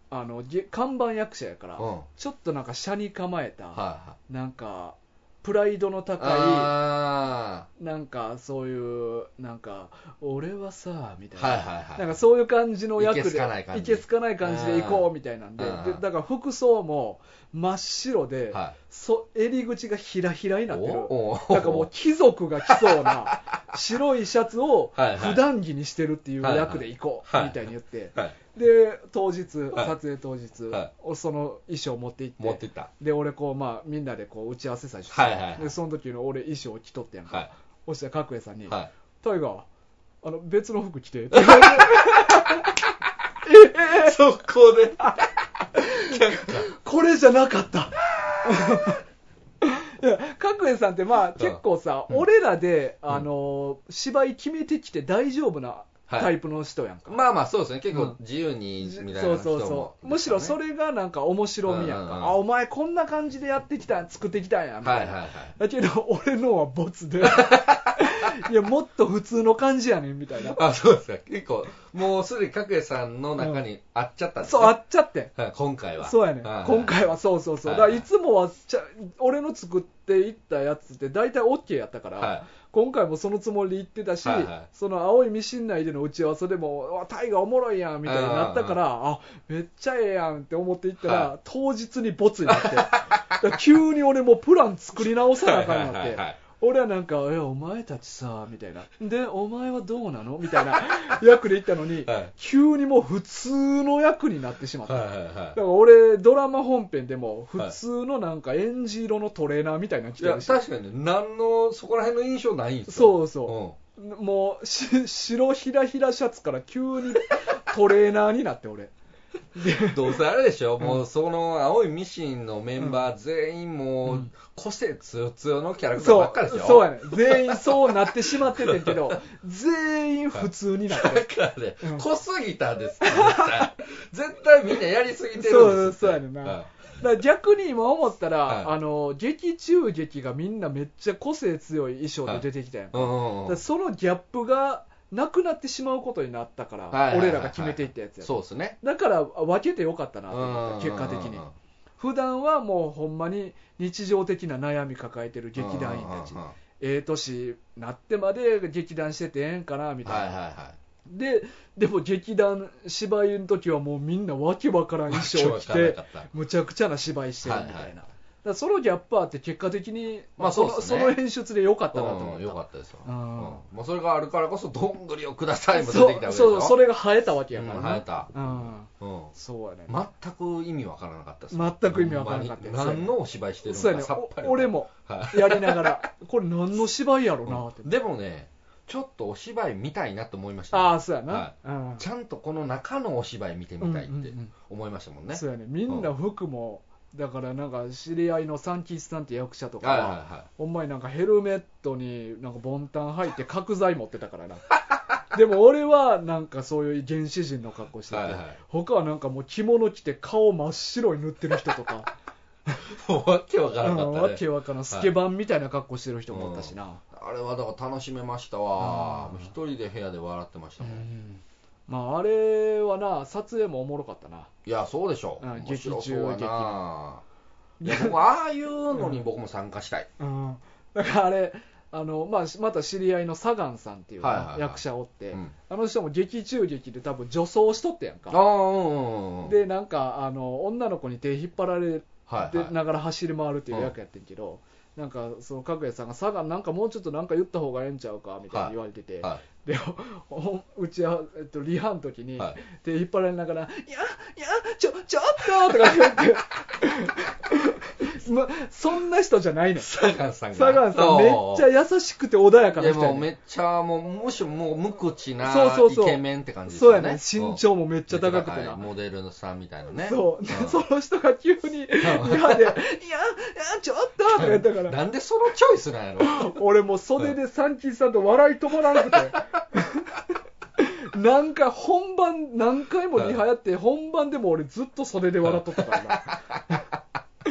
あの看板役者やから、 うん、 ちょっとなんか車に構えた、 はいはい、 なんかプライドの高いなんかそういうなんか俺はさみたいな、 はいはいはい、 なんかそういう感じの役でいけすかない感じ、 いけすかない感じで行こうみたいなんで、でだから服装も真っ白で、はい、そ襟口がひらひらになってる、なんかもう貴族が着そうな白いシャツを普段着にしてるっていう役で行こうみたいに言って、はいはい、で当日、はい、撮影当日、はい、その衣装を持って行って持ってったで俺こう、まあ、みんなでこう打ち合わせ最初して、はいはいはい、でその時の俺衣装を着とってやんか、はい、そしたら角栄さんに、はい、タイガーあの別の服着てってえそこでこれじゃなかったいや角栄さんってまあ結構さ、うん、俺らで、あのー、芝居決めてきて大丈夫なタイプの人やんか、 はい、まあまあそうですね、結構自由にみたいな人も、うん、そうそうそう、 ね、むしろそれがなんか面白みやんか、うんうんうん、あお前こんな感じでやってきた作ってきたんやみたいな、はいはいはい、だけど俺のはボツでいやもっと普通の感じやねんみたいな。 あ、そうですか。結構もうすでに角栄さんの中にあっちゃったんですね、 うん、そうあっちゃって、 はい、今回はそうやね、はいはい、今回はそうそうそう、はいはい、だからいつもはちゃ俺の作っていったやつって大体 OK やったから、はい、今回もそのつもりで言ってたし、はいはい、その青いミシン内での打ち合わせでもタイがおもろいやんみたいになったから、あめっちゃええやんって思っていったら、はい、当日にボツになって急に俺もプラン作り直さなあかんなって、はいはいはいはい、俺はなんかえお前たちさみたいなでお前はどうなのみたいな役で言ったのに、はい、急にもう普通の役になってしまった、はいはいはい、だから俺ドラマ本編でも普通のなんかエンジ色のトレーナーみたいなの着てるし、 いや確かにね何のそこら辺の印象ないんですよ。そうそう、うん、もうし白ひらひらシャツから急にトレーナーになって俺どうせあれでしょ、うん、もうその青いミシンのメンバー全員もう個性強強のキャラクターばっかりでしょ、うん、 そう、そうやね全員そうなってしまっててんけど全員普通になってるだからね、うん、濃すぎたんですって絶対絶対みんなやりすぎてるんですってそうそうやねんな、はい、だから逆に今思ったら、はい、あの劇中劇がみんなめっちゃ個性強い衣装で出てきたやんか、はい、うんうんうん、だそのギャップがなくなってしまうことになったから、はいはいはいはい、俺らが決めていったやつや。 そうですね。 だから分けてよかったなと思った、結果的に。普段はもうほんまに日常的な悩み抱えてる劇団員たち、ええ年なってまで劇団しててええんかなみたいな。はいはいはい、で、でも劇団芝居の時はもうみんなわけわからん衣装を着て、むちゃくちゃな芝居してるみたいな。はいはいはい、だそのギャップあって結果的に、まあその、その演出で良かったなと思った。 うん、良かったですよ、うんうんまあ、それがあるからこそどんぐりをくださいも出てきたわけでしょ。 そうそう、それが生えたわけやからな、 うん、生えた、 うんうん、そうやね。 全く意味わからなかったです。 全く意味わからなかった。 何のお芝居してるのかさっぱり。 俺もやりながらこれ何の芝居やろなって、 うん、でもねちょっとお芝居見たいなと思いました、 ね、ああそうやな、 はい、うん、ちゃんとこの中のお芝居見てみたいって思いましたもんね、うんうんうん、 そうやね。みんな服も、うん、だからなんか知り合いの三吉さんって役者とかは、はいはいはい、ほんまになんかヘルメットになんかボンタン履いて角材持ってたからなでも俺はなんかそういう原始人の格好してて、はいはい、他はなんかもう着物着て顔真っ白に塗ってる人とかもうわけわからなかったね、 わけわからんスケバンみたいな格好してる人もおったしな、 はい、あれはだから楽しめましたわ。一人で部屋で笑ってましたもん、うん、 まああれはな撮影もおもろかったな。 いやそうでしょ、 うん、劇中劇いや僕ああいうのに僕も参加したい、 うんうん、だからあれあの、まあ、また知り合いのサガンさんっていう、はいはいはい、役者おって、うん、あの人も劇中劇で多分女装しとってやんか。あ、うんうん、でなんかあの女の子に手引っ張られてながら走り回るっていう役やってんけど、うん、なんかその角栄さんがサガンなんかもうちょっとなんか言った方がええんちゃうかみたいに言われてて、はいはい、でうちは、えっと、リハの時に、はい、手引っ張られながらいやいやちょちょっととか言ってま、そんな人じゃないねん。 サガンさんが。 サガンさんめっちゃ優しくて穏やかな人やねん。 でもめっちゃもうむしろもう無口なイケメンって感じですよね。そうやね。身長もめっちゃ高くてな。 モデルさんみたいなね。 そう。で、その人が急にリハでいやいやちょっととか言ったから。 なんでそのチョイスなんやろ。 俺もう袖でサンキーさんと笑い止まらなくて。なんか本番何回もリハやって本番でも俺ずっと袖で笑っとったからな。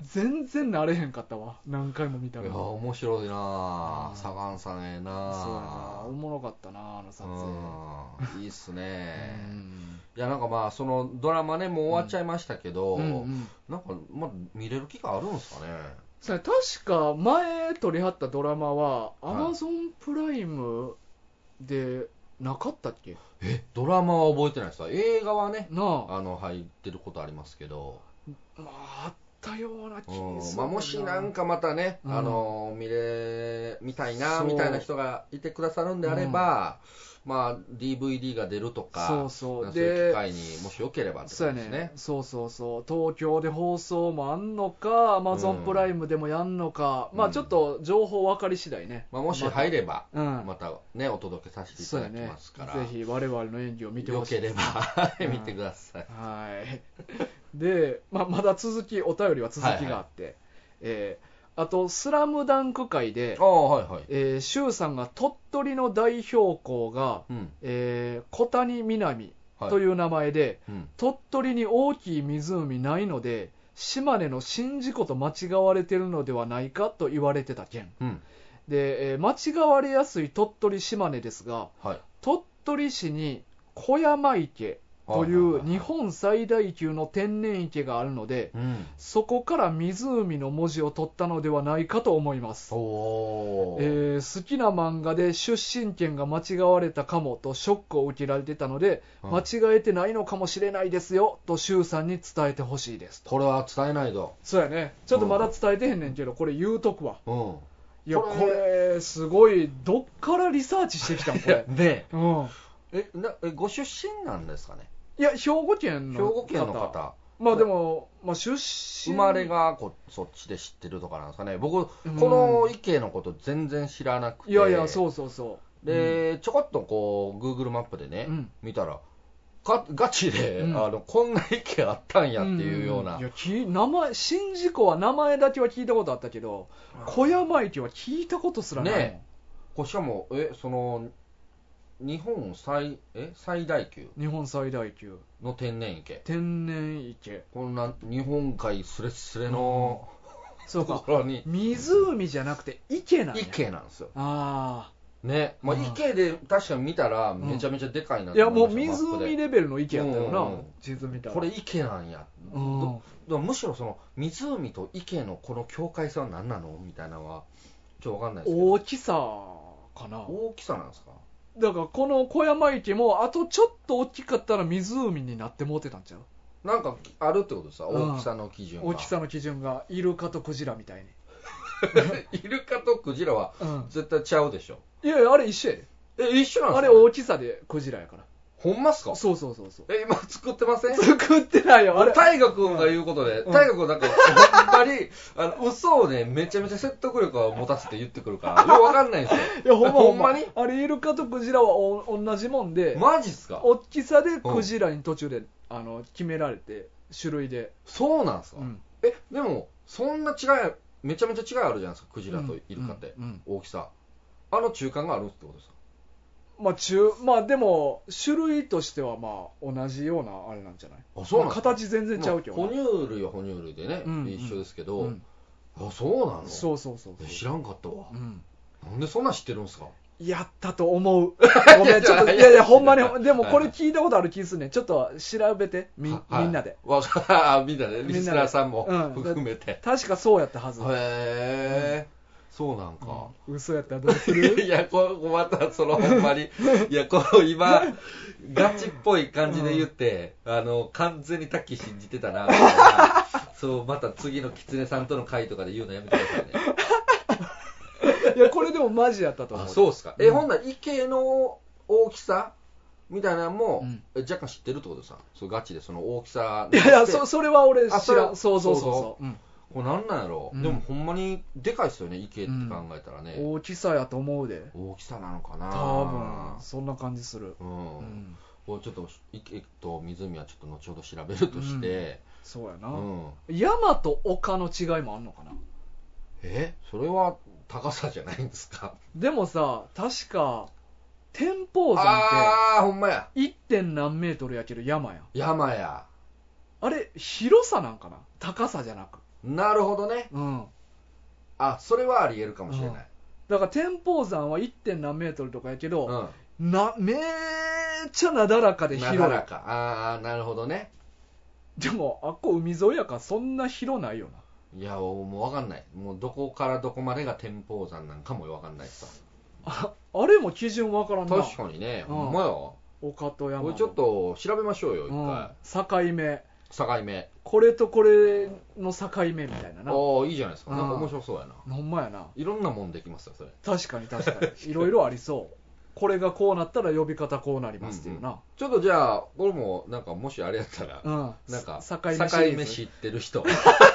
全然慣れへんかったわ、何回も見たら。 いや面白いな、サガンさんええな。 そうやな、おもろかったな、あの撮影。いいっすね。いやなんかまあそのドラマねもう終わっちゃいましたけど、うんうんうん、なんかまあ見れる機会あるんですかね。 それ確か前撮りはったドラマはアマゾンプライムでなかったっけ。 えドラマは覚えてないです。映画はねなああの入ってることありますけど、 まああったような気がする、 まあ、もしなんかまたね、うん、あの見れ見たいなみたいな人がいてくださるんであれば、うん、まあ ディーブイディー が出るとか、 そうそう、 そういう機会にもしよければってことですね。 ね、そうそうそう、東京で放送もあんのか、アマゾンプライムでもやんのか、うん、まあちょっと情報分かり次第ね、 まあ、もし入れば、またね、お届けさせていただきますから、 ね、ぜひ我々の演技を見てほしい。 よければ見てください。 はいで、まあ、まだ続きお便りは続きがあって、はいはい、えー、あとスラムダンク界で、 はいはい、 えー、シュウさんが鳥取の代表校が、うん、えー、小谷南という名前で、はい、うん、鳥取に大きい湖ないので島根の宍道湖と間違われてるのではないかと言われてた件、うん、で、えー、間違われやすい鳥取島根ですが、はい、鳥取市に小山池という日本最大級の天然池があるので、うん、そこから湖の文字を取ったのではないかと思います。お、えー、好きな漫画で出身県が間違われたかもとショックを受けられてたので、うん、間違えてないのかもしれないですよと周さんに伝えてほしいです。 これは伝えないと。 そうやね、ちょっとまだ伝えてへんねんけど、これ言うとくわ、うん、いやこれ、これすごいどっからリサーチしてきたんこれね、うん、えなえご出身なんですかね。 いや兵庫県の兵庫県の方、 まあでも、まあ、出身生まれがこそっちで知ってるとかなんですかね。僕、この池のこと全然知らなくて、 いやいやそうそうそうで、うん、ちょこっとこう Google マップでね、うん、見たらがガチで、うん、あのこんな池あったんやっていうような、 うん、いやき名前宍道湖は名前だけは聞いたことあったけど、小山池は聞いたことすらないね。 これしかもえその日本最え最大級日本最大級の天然池天然池こんな日本海すれすれの、 うん、そうか湖じゃなくて池なんや。 池なんですよ。 ああね、まあ、池で確かに見たらめちゃめちゃでかいなって思いました、うん、いやもう湖レベルの池やったよな、うんうん、地図見たらこれ池なんや、うん、どむしろその湖と池のこの境界線は何なのみたいなのはちょっと分かんないですけど。 大きさかな。 大きさなんですか。 だからこの小山池もあとちょっと大きかったら湖になってもうてたんちゃう。 なんかあるってことさ、大きさの基準が、 大きさの基準がイルカとクジラみたいにイルカとクジラは絶対ちゃうでしょ、 うん、いやいやあれ一緒やで。 え一緒なんですか。 あれ大きさでクジラやから。 ほんまっすか。 そうそうそうそう。 え今作ってません。 作ってないよあれ。 大河君が言うことで、大河君なんかほんまにあの嘘をねめちゃめちゃ説得力を持たせて言ってくるからよくわかんないんですよ。 いやほんまほんまにあれイルカとクジラはお同じもんで。 マジっすか。 大きさでクジラに途中で、うん、あの決められて種類で。 そうなんですか、うん、えでもそんな違いめちゃめちゃ違いあるじゃないですかクジラとイルカって、うんうんうん、大きさあの中間があるってことですか。 まあ中まあでも種類としてはまあ同じようなあれなんじゃない。 あそうなん、まあ、 形全然ちゃうけど、 まあ、哺乳類は哺乳類でね、うんうん、一緒ですけど、うん、あそうなの。 そうそうそうそう知らんかったわ、うん、なんでそんなん知ってるんですか。 やったと思う。ごめんちょっといやいやほんまにでもこれ聞いたことある気すんねん。ちょっと調べて み,、はい、みんなでわみんなでリスナーさんも含めて、 うん、確かそうやったはず。 へえ、うんそうなんか、 うん、嘘やったらどうする。 いやこまたそのほんまにいやこの今ガチっぽい感じで言って、うん、あの完全にタッキー信じてたなみたいなそうまた次のキツネさんとの会とかで言うのやめてくださいね。いやこれでもマジやったと思う。 あそうっすか、うん、えほんなら池の大きさみたいなのも、うん、若干知ってるってことさ。そうガチでその大きさ。 いやいや そ, それは俺知らん。そうそうそうそう、うん、 これなんなんやろ、うん、でもほんまにでかいっすよね池って考えたらね、 うん、大きさやと思うで。 大きさなのかな多分そんな感じする、うんうん、これちょっと池と湖はちょっと後ほど調べるとして、 うん、そうやな、うん、山と丘の違いもあんのかな。 えそれは高さじゃないんですか。 でもさ確か天保山ってあーほんまやいってん 何メートルやけど山や山やあれ広さなんかな高さじゃなく。 なるほどね。 うん。 あ、それはあり得るかもしれない。うん、 だから天保山は いってん 何メートルとかやけど、うん、なめっちゃなだらかで広い。なだらか。 ああ、なるほどね。 でもあっこ海沿いやからそんな広ないよな。いやもう分かんない。もうどこからどこまでが天保山なんかも分かんないさ。 あ, あれも基準分からんな。 確かにね。ほんまよ。 岡と山。 これちょっと調べましょうよ一回。境目。 境目。 これとこれの境目みたいなな。 ああ、いいじゃないですか。なんか面白そうやな。 ほんまやな。 いろんなもんできますよそれ。 確かに確かに。いろいろありそう。これがこうなったら呼び方こうなりますっていうな、うんうん、 ちょっとじゃあこれもなんかもしあれやったら、うん、なんか境目知ってる人境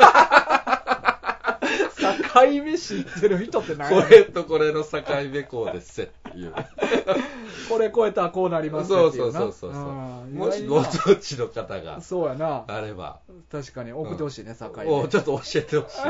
目知ってる人って何やこれとこれの境目こうですっていうこれ超えたらこうなりますっていうな。 そうそうそうそう、うん、もしご当地の方がそうやなあれば確かに送ってほしいね、うん、境目おちょっと教えてほしい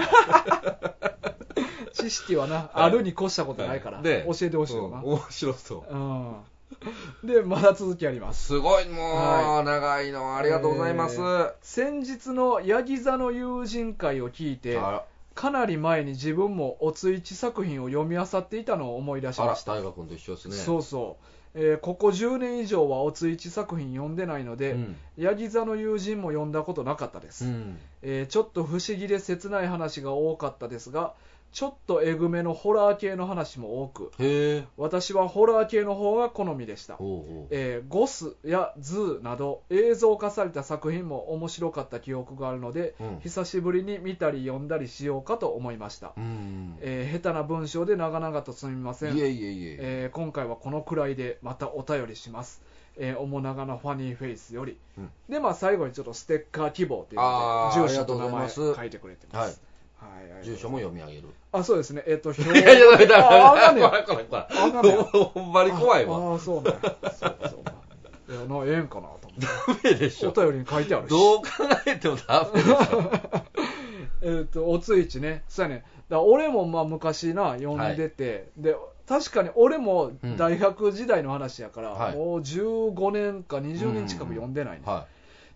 知識はな、はい、あるに越したことないから、はい、教えてほしいよな、 うん、面白そう、 うん、でまだ続きあります。 すごいもう、はい、長いのありがとうございます、えー、 先日のヤギ座の友人会を聞いてかなり前に自分もおついち作品を読み漁っていたのを思い出しました。 あら大河君と一緒ですね。 そうそう、えー、ここじゅうねん以上はおついち作品読んでないので、うん、ヤギ座の友人も読んだことなかったです、うんえー、ちょっと不思議で切ない話が多かったですがちょっとえぐめのホラー系の話も多く、へ私はホラー系の方が好みでした。おうおう、えー、ゴスやズーなど映像化された作品も面白かった記憶があるので、うん、久しぶりに見たり読んだりしようかと思いました。うん、えー、下手な文章で長々とすみません。 いえいえいえ、 えー、今回はこのくらいでまたお便りします。えー、おも長なファニーフェイスより、うん、でまあ最後にちょっとステッカー希望ということで住所と名前書いてくれてます。 はい、住所も読み上げる。 あ、そうですね。えっ、ー、と、 表いやいや、ダメだ、 ダメだ。 これこれこれ。あかんねや。ほんまに怖いわ。 ああ、そうね。そうそう。いや、な、ええんかなと思って。 ダメでしょ。 お便りに書いてあるし。 どう考えてもダメでしょ。 えっと、おついちね。そうやね。だ俺もまあ昔な、読んでて、はい、で、確かに俺も大学時代の話やから、うん、もうじゅうごねんかにじゅうねん近く読んでないね。うんはい、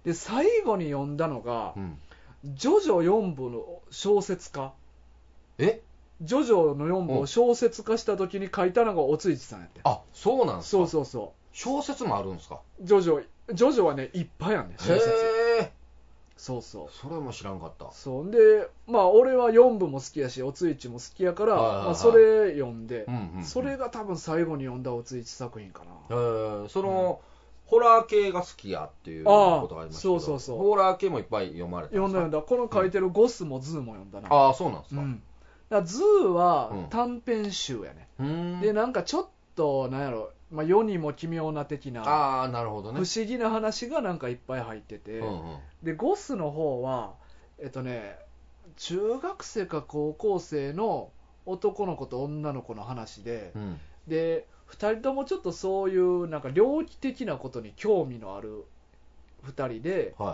で、最後に読んだのが、うんジョジョよんぶの小説家。 えジョジョのよんぶを小説化した時に書いたのがおついちさんやって。 あ、そうなんですか。 そうそうそう。 小説もあるんですか。 ジョジョ、ジョジョはね、いっぱいあんねん、小説。へー。そうそう。 それも知らんかった。 そう。で、まあ、俺はよんぶも好きやし、おついちも好きやから、はいはいはい、まあ、それ読んで、うんうんうん、それが多分最後に読んだおついち作品かな。 へー。その、うんホラー系が好きやっていうことがありましたけど、そうそうそうホラー系もいっぱい読まれたんですか。 読んだ読んだ。この書いてるゴスもズーも読んだな。 ああ、そうなんですか。うん、 だからズーは短編集やね、うん、でなんかちょっとなんやろ、まあ、世にも奇妙な的なあーなるほどね不思議な話がなんかいっぱい入ってて、うんうん、でゴスの方はえっとね中学生か高校生の男の子と女の子の話で、うん、でふたりともちょっとそういうなんか猟奇的なことに興味のあるふたりで、はい、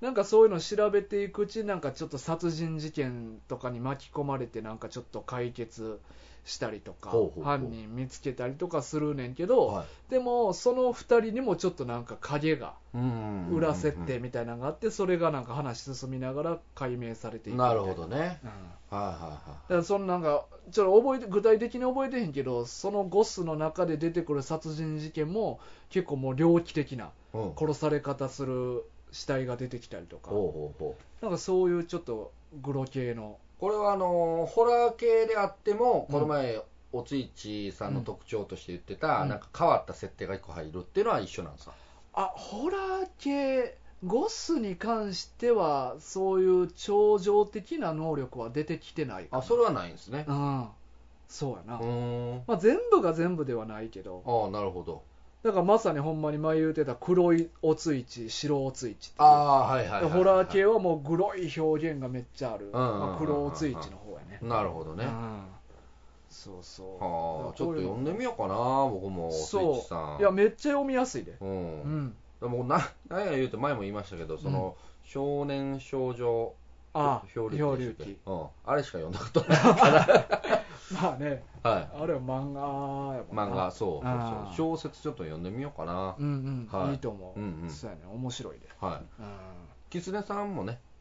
なんかそういうのを調べていくうちになんかちょっと殺人事件とかに巻き込まれてなんかちょっと解決したりとかほうほうほう犯人見つけたりとかするねんけど、はい、でもそのふたりにもちょっとなんか影が裏設定みたいなのがあってそれがなんか話進みながら解明されていくみたいな。 なるほどね、うんはいはいはい、だからそのなんかちょっと覚えて具体的に覚えてへんけどそのゴスの中で出てくる殺人事件も結構もう猟奇的な殺され方する死体が出てきたりとか、うん、ほうほうほうなんかそういうちょっとグロ系のこれはあのホラー系であってもこの前、うん、おついちさんの特徴として言ってた、うん、なんか変わった設定がいっこ入るっていうのは一緒なんですか。 あホラー系ゴスに関してはそういう超常的な能力は出てきてないかな。 あそれはないんですね。 うんそうやなうーん、まあ、全部が全部ではないけどああなるほど。 だからまさにほんまに前言うてた黒いおついち白おついちっていうああはいはいはい、はい、 ホラー系はもうグロい表現がめっちゃある、うんうんうんうんまあ、黒おついちの方やね。 なるほどね、うん、 そうそうはあちょっと読んでみようかな僕もおついちさん。 いやめっちゃ読みやすいでうん、 うんでもな何や言うて前も言いましたけどその、うん、少年少女あ漂流記、 うん、あれしか読んだことないからまあね、はい、あれは漫画やもんな。 漫画そうそうそう小説ちょっと読んでみようかな。 うんうん、はい、いいと思う、うんうん、そうやね面白いで。 はい、うん、キツネさんもね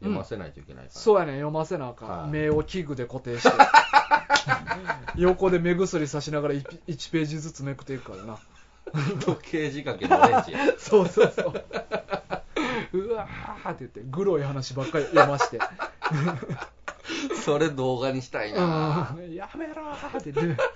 読ませないといけないから、うん、 そうやね、読ませなあかん、はい、目を器具で固定して横で目薬さしながら 1, いちページずつめくっていくからな時計仕掛けのレンジそうそうそううわーって言ってグロい話ばっかり読ましてそれ動画にしたいな、 うん、やめろーって言って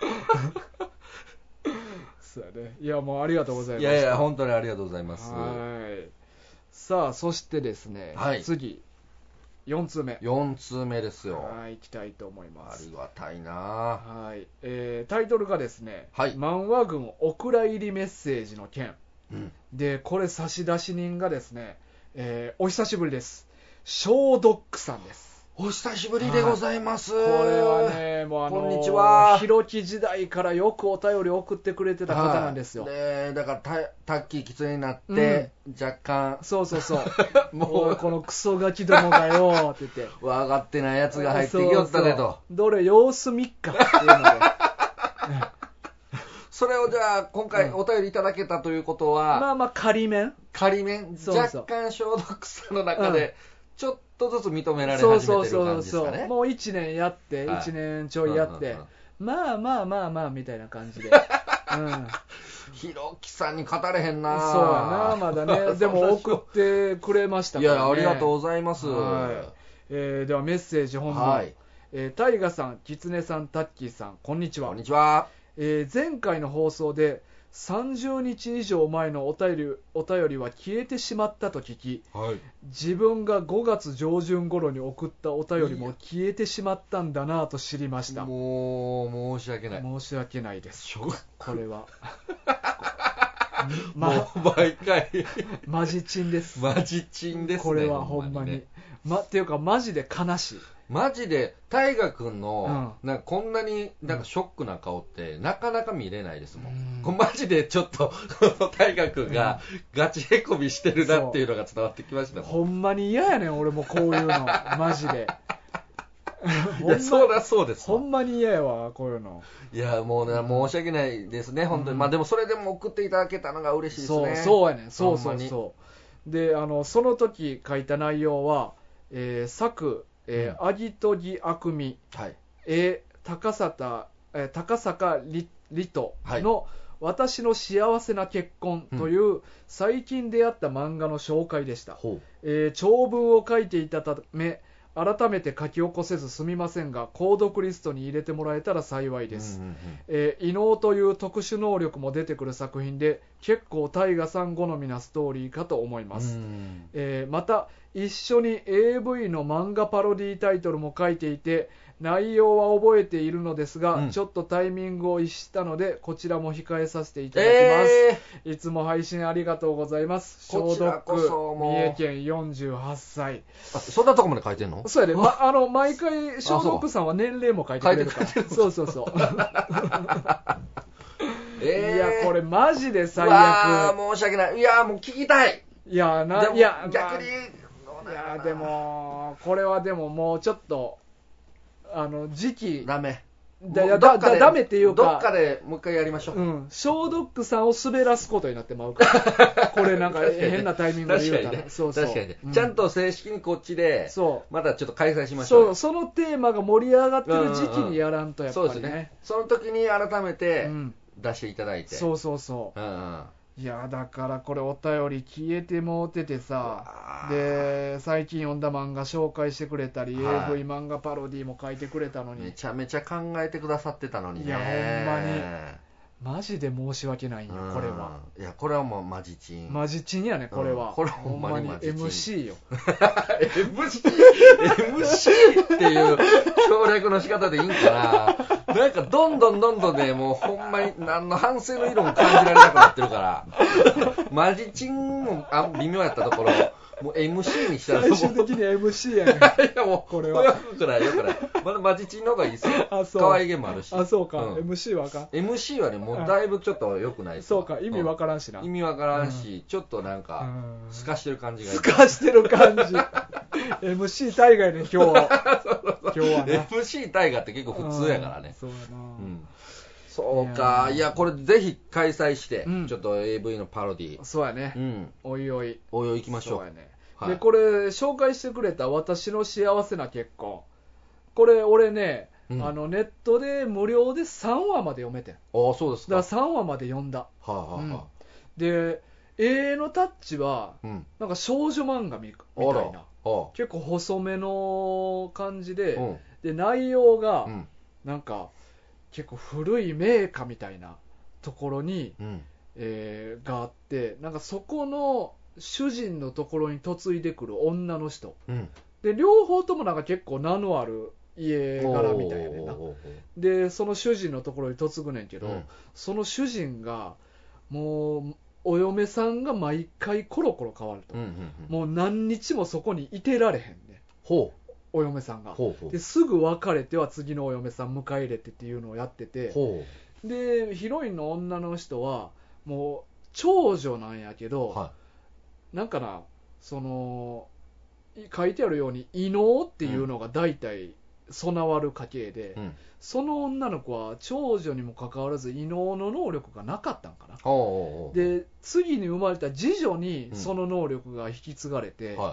そうやね。いやもうありがとうございます。 いやいや本当にありがとうございます。 はい。さあそしてですね、はい、次よん通目。 よん通目ですよ。 はい、行きたいと思います。 ありがたいな。 はい、えー、タイトルがですね、 はい、 漫画軍お蔵入りメッセージの件、 うん、でこれ差出人がですね、えー、お久しぶりです。ショードックさんです。 お久しぶりでございます。 はい、これはね、もうあのー、 こんにちは。 ひろき時代からよくお便り送ってくれてた方なんですよ。 はい、でだからタタッキーきつねになって、うん、若干そうそうそうもうこのクソガキどもがよって言って分かってないやつが入ってきよったねと。そうそうどれ様子見っかっていうのでそれをじゃあ今回お便りいただけたということは、うん、 まあまあ仮面仮面若干消毒さの中で、うん、ちょっとずつ認められ始めてる感じですかね。そうそうそうそうもういちねんやって、はい、いちねんちょいやって、うんうんうん、まあまあまあまあみたいな感じで、うん、 ひろきさんに語れへんな。 そうやなまだねでも送ってくれましたからね。 いやありがとうございます。 はい、えー、ではメッセージ本文、はい、えー、タイガさん、キツネさん、タッキーさん、こんにちは。 こんにちは。 えー、前回の放送でさんじゅうにち以上前のお便り、お便りは消えてしまったと聞き、 はい、 自分がごがつ上旬頃に送ったお便りも消えてしまったんだなと知りました。 もう申し訳ない。 申し訳ないです。これはま、もう毎回マジチンです。 マジチンですね。 これはほんまに、ね、まっていうかマジで悲しい。 マジで大河君の、うん、なんかこんなになんかショックな顔ってなかなか見れないですもん、うん、これマジでちょっと大河君がガチへこみしてるなっていうのが伝わってきましたもん。 ほんまに嫌やねん俺もこういうのマジでいやそうだそうですほんまに嫌やわこういうの。 いやもうね申し訳ないですね本当に、うん、まあでもそれでも送っていただけたのが嬉しいですね。 そうそうやねんそうそうそうであのその時書いた内容は、えー、作えー、アギトギアクミ、 はい、 えー、高坂、えー、高坂リトの、私の幸せな結婚という、うん、最近出会った漫画の紹介でした、えー、長文を書いていたため改めて書き起こせずすみませんが購読リストに入れてもらえたら幸いです、うんうんうんえー、異能という特殊能力も出てくる作品で結構タイガさん好みなストーリーかと思います、うんえー、また一緒に エーブイ の漫画パロディタイトルも書いていて内容は覚えているのですが、うん、ちょっとタイミングを逸したのでこちらも控えさせていただきます、えー、いつも配信ありがとうございます。消毒三重県よんじゅうはっさい。 あそんなとこまで書いてんの？ そうやね、ま、あの毎回消毒さんは年齢も書いてくれるからそうそうそうえー、いやこれマジで最悪。 わー申し訳ない。いやもう聞きたい。 いやないや逆に、 まあ、いやでもこれはでももうちょっとあの時期ダメだだだだダメっていうかどっかでもう一回やりましょう、 うん、ショードックさんを滑らすことになってまうからこれなんか変なタイミングで言うたら、ね、そうそう確かに、ねうん、ちゃんと正式にこっちでまたちょっと開催しましょう。そうそのテーマが盛り上がってる時期にやらんとやっぱりね、 そうですね。その時に改めて出していただいて、 うん、そうそうそう、 うんうんいやだからこれお便り消えてもうててさで最近読んだ漫画紹介してくれたり、はい、エーブイ 漫画パロディも書いてくれたのにめちゃめちゃ考えてくださってたのにね。 いやほんまにマジで申し訳ないんよこれは。 いやこれはもうマジチンマジチンやねこれは、 うん、これほんまにマジチンエムシー よエムシー エムシー っていう省略の仕方でいいんかな。なんかどんどんどんどんねもうほんまに何の反省の色も感じられなくなってるからマジチンもあ微妙やったところもう エムシー にしたら最終的に エムシー やねんいやもうこれはよくないよくないまだマジチンの方がいいですよ。あそう可愛げもあるし。 あそうか、うん、エムシー はあかん。 エムシー はねもうだいぶちょっと良くないです。 そうか意味わからんしな、 うん、意味わからんし、うん、ちょっとなんか透かしてる感じがいい。 透かしてる感じエムシー 大河ね今日は今日はねエムシー 大河って結構普通やからね。 そうやな、 うんそうか。いやこれぜひ開催して、うん、ちょっと エーブイ のパロディそうやね、 うん、 おいおいおいおい行きましょう。 そうやねはい、 でこれ紹介してくれた私の幸せな結婚、これ俺ね、うん、あのネットで無料でさんわまで読めてん。 ああそうですか。 だからさんわまで読んだ。 はあはあはあ、うん、 で絵のタッチは、うん、なんか少女漫画 み, みたいな、結構細めの感じで、うん、で内容が、うん、なんか結構古い名家みたいなところに、うん、えー、があって、なんかそこの主人のところに嫁いでくる女の人、うん、で両方ともなんか結構名のある家柄みたいやねんな。でその主人のところに嫁ぐねんけど、うん、その主人がもうお嫁さんが毎回コロコロ変わると、うんうんうん、もう何日もそこにいてられへんね、 ほうお嫁さんが。 ほうほうですぐ別れては次のお嫁さん迎え入れてっていうのをやってて、 ほうでヒロインの女の人はもう長女なんやけど、はい、なんかな、その書いてあるように異能っていうのが大体備わる家系で、うん、その女の子は長女にもかかわらず異能の能力がなかったんかな。 おうおうおうで次に生まれた次女にその能力が引き継がれて、うんはい、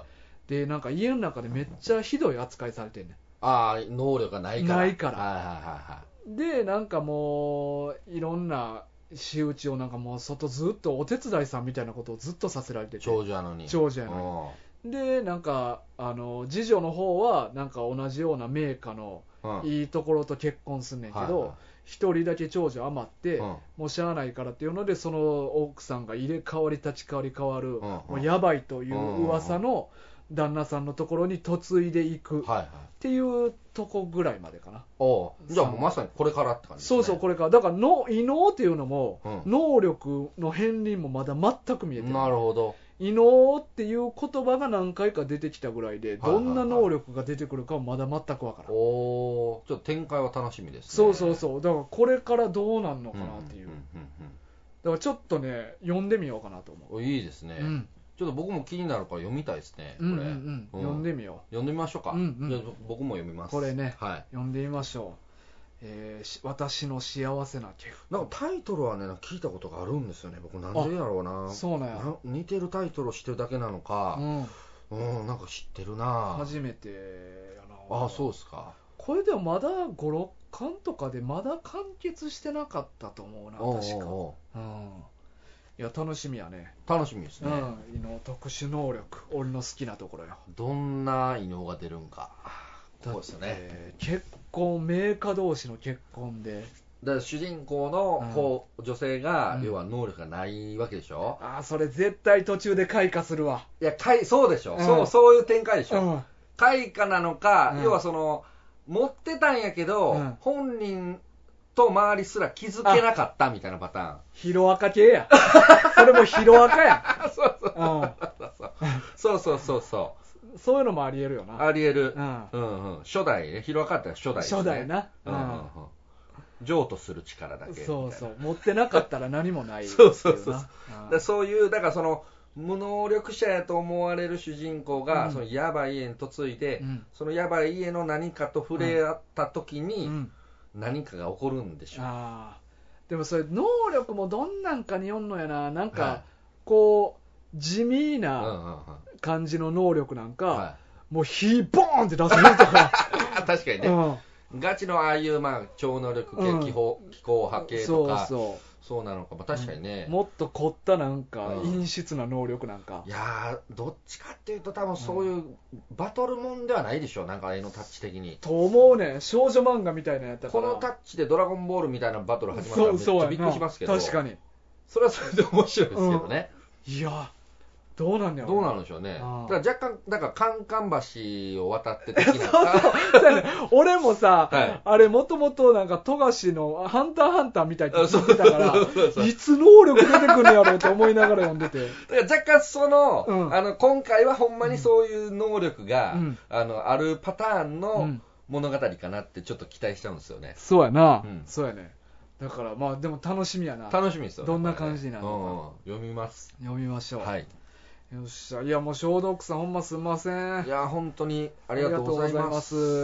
でなんか家の中でめっちゃひどい扱いされてんねん。 ああ能力がないからないから、 はいはいはいはい、 でなんかもういろんな仕打ちをなんかもう外ずっとお手伝いさんみたいなことをずっとさせられてて、 長女やのに長女やのにでなんかあの次女の方はなんか同じような名家のいいところと結婚すんねんけど一、うん、人だけ長女余って、うん、もうしゃあないからっていうのでその奥さんが入れ替わり立ち替わり変わる、うん、もうやばいという噂の旦那さんのところに嫁いでいくっていうとこぐらいまでかな。 おじゃあもうまさにこれからって感じですね。 そうそうこれからだからの異能っていうのも、うん、能力の片鱗もまだ全く見えてない。 なるほど。 異能っていう言葉が何回か出てきたぐらいで、どんな能力が出てくるかもまだ全くわからん。 おーちょっと展開は楽しみですね。 そうそうそうだからこれからどうなんのかなっていう、うんうんうんうん、だからちょっとね読んでみようかなと思う。 いいですね、うん、ちょっと僕も気になるから読みたいですねこれ、うんうんうん、 読んでみよう。読んでみましょうか、うんうん、じゃあ僕も読みますこれね、 はい、 読んでみましょう。えー、私の幸せな結婚。なんかタイトルはね聞いたことがあるんですよね僕。なんでやろうな。 そうなんや。 な似てるタイトルを知ってるだけなのか、うん、うん、なんか知ってるな。初めてやな。 ああそうですか。 これでもまだごろっかんとかでまだ完結してなかったと思うな確か。おうおう、うん、いや楽しみやね。 楽しみですね、 うん、異能特殊能力俺の好きなところよ。 どんな異能が出るんか。そうですね、 えー、結婚名家同士の結婚でだから主人公の子、うん、女性が、うん、要は能力がないわけでしょ。 ああそれ絶対途中で開花するわ。 いや開そうでしょ、うん、そうそういう展開でしょ、うん、開花なのか、うん、要はその持ってたんやけど、うん、本人と周りすら気づけなかったみたいなパターン。 ヒロアカ系やそれもヒロアカやそうそう、うん、そうそうそうそうそういうのもありえるよな。 ありえる、うんうんうん、初代ね。ヒロアカって初代ですね。 初代な、 うんうんうん、譲渡する力だけ。 そうそう持ってなかったら何もないそうそうそうそう、うん、だそういうだからその無能力者やと思われる主人公が、うん、そのやばい家に嫁いで、うん、そのやばい家の何かと触れ合った時に、うん、何かが起こるんでしょう。 あでもそれ能力もどんなんかによんのやな。なんか、はい、こう地味な感じの能力なんか、はい、もう火ボーンって出せるとか確かにね、うん、ガチのああいう、まあ、超能力系、うん、気候気候波系とかそうそうそうなのか、まあ、確かにね、 うん、もっと凝ったなんか、うん、陰湿な能力なんか。 いやーどっちかっていうと多分そういうバトルもんではないでしょ。なんか絵のタッチ的にと思うね。少女漫画みたいなやったからこのタッチでドラゴンボールみたいなバトル始まったらめっちゃびっくりしますけど。 確かにそれはそれで面白いですけどね、 うん、いやどうなんだよ、 どうなるんでしょうね。だから若干だからカンカン橋を渡って的なそうそうそう、ね、俺もさ、はい、あれもともとなんか富樫のハンターハンターみたいって言ってたからいつ能力出てくるんやろうと思いながら読んでてだから若干その、うん、あの今回はほんまにそういう能力が、うん、あのあるパターンの物語かなってちょっと期待しちゃうんですよね。 そうやな、うん、そうやね。だからまあでも楽しみやな。 楽しみですよ、ね、 どんな感じになるのか、 うん、読みます。 読みましょう。 はい、 よっしゃ。いやもう小ドックさんほんますんません。 いや本当にありがとうございます。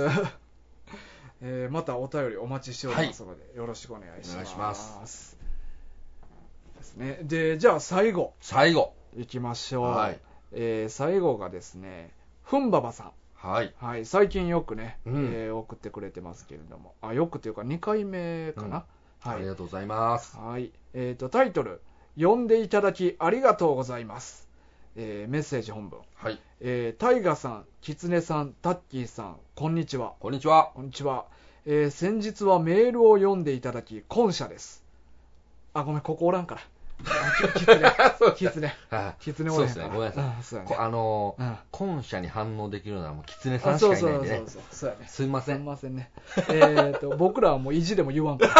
えー、またお便りお待ちしておりますので、はい、よろしくお願いします。お願いしますですね。でじゃあ最後最後いきましょう。 はい、 えー、最後がですねふんばばさん、 はいはい、最近よくね、 うん、 えー、送ってくれてますけれども、あよくというかにかいめかな、 うん、 はい、 ありがとうございます。 はい、えーと、タイトル読んでいただきありがとうございます、えー、メッセージ本文、 はい、 えー、タイガさん、キツネさん、タッキーさん、こんにちは。 こんにちは。 こんにちは、えー、先日はメールを読んでいただき感謝です。あごめんここおらんからキツネキツネキツネおらんから、そうですね、 ごめんなさい、 うんそうやね、 あのーうん、今社に反応できるのはもうキツネさんしかいないんでね、そうそうそうそうやね、 すいませんすいませんねえーと僕らはもう意地でも言わんから、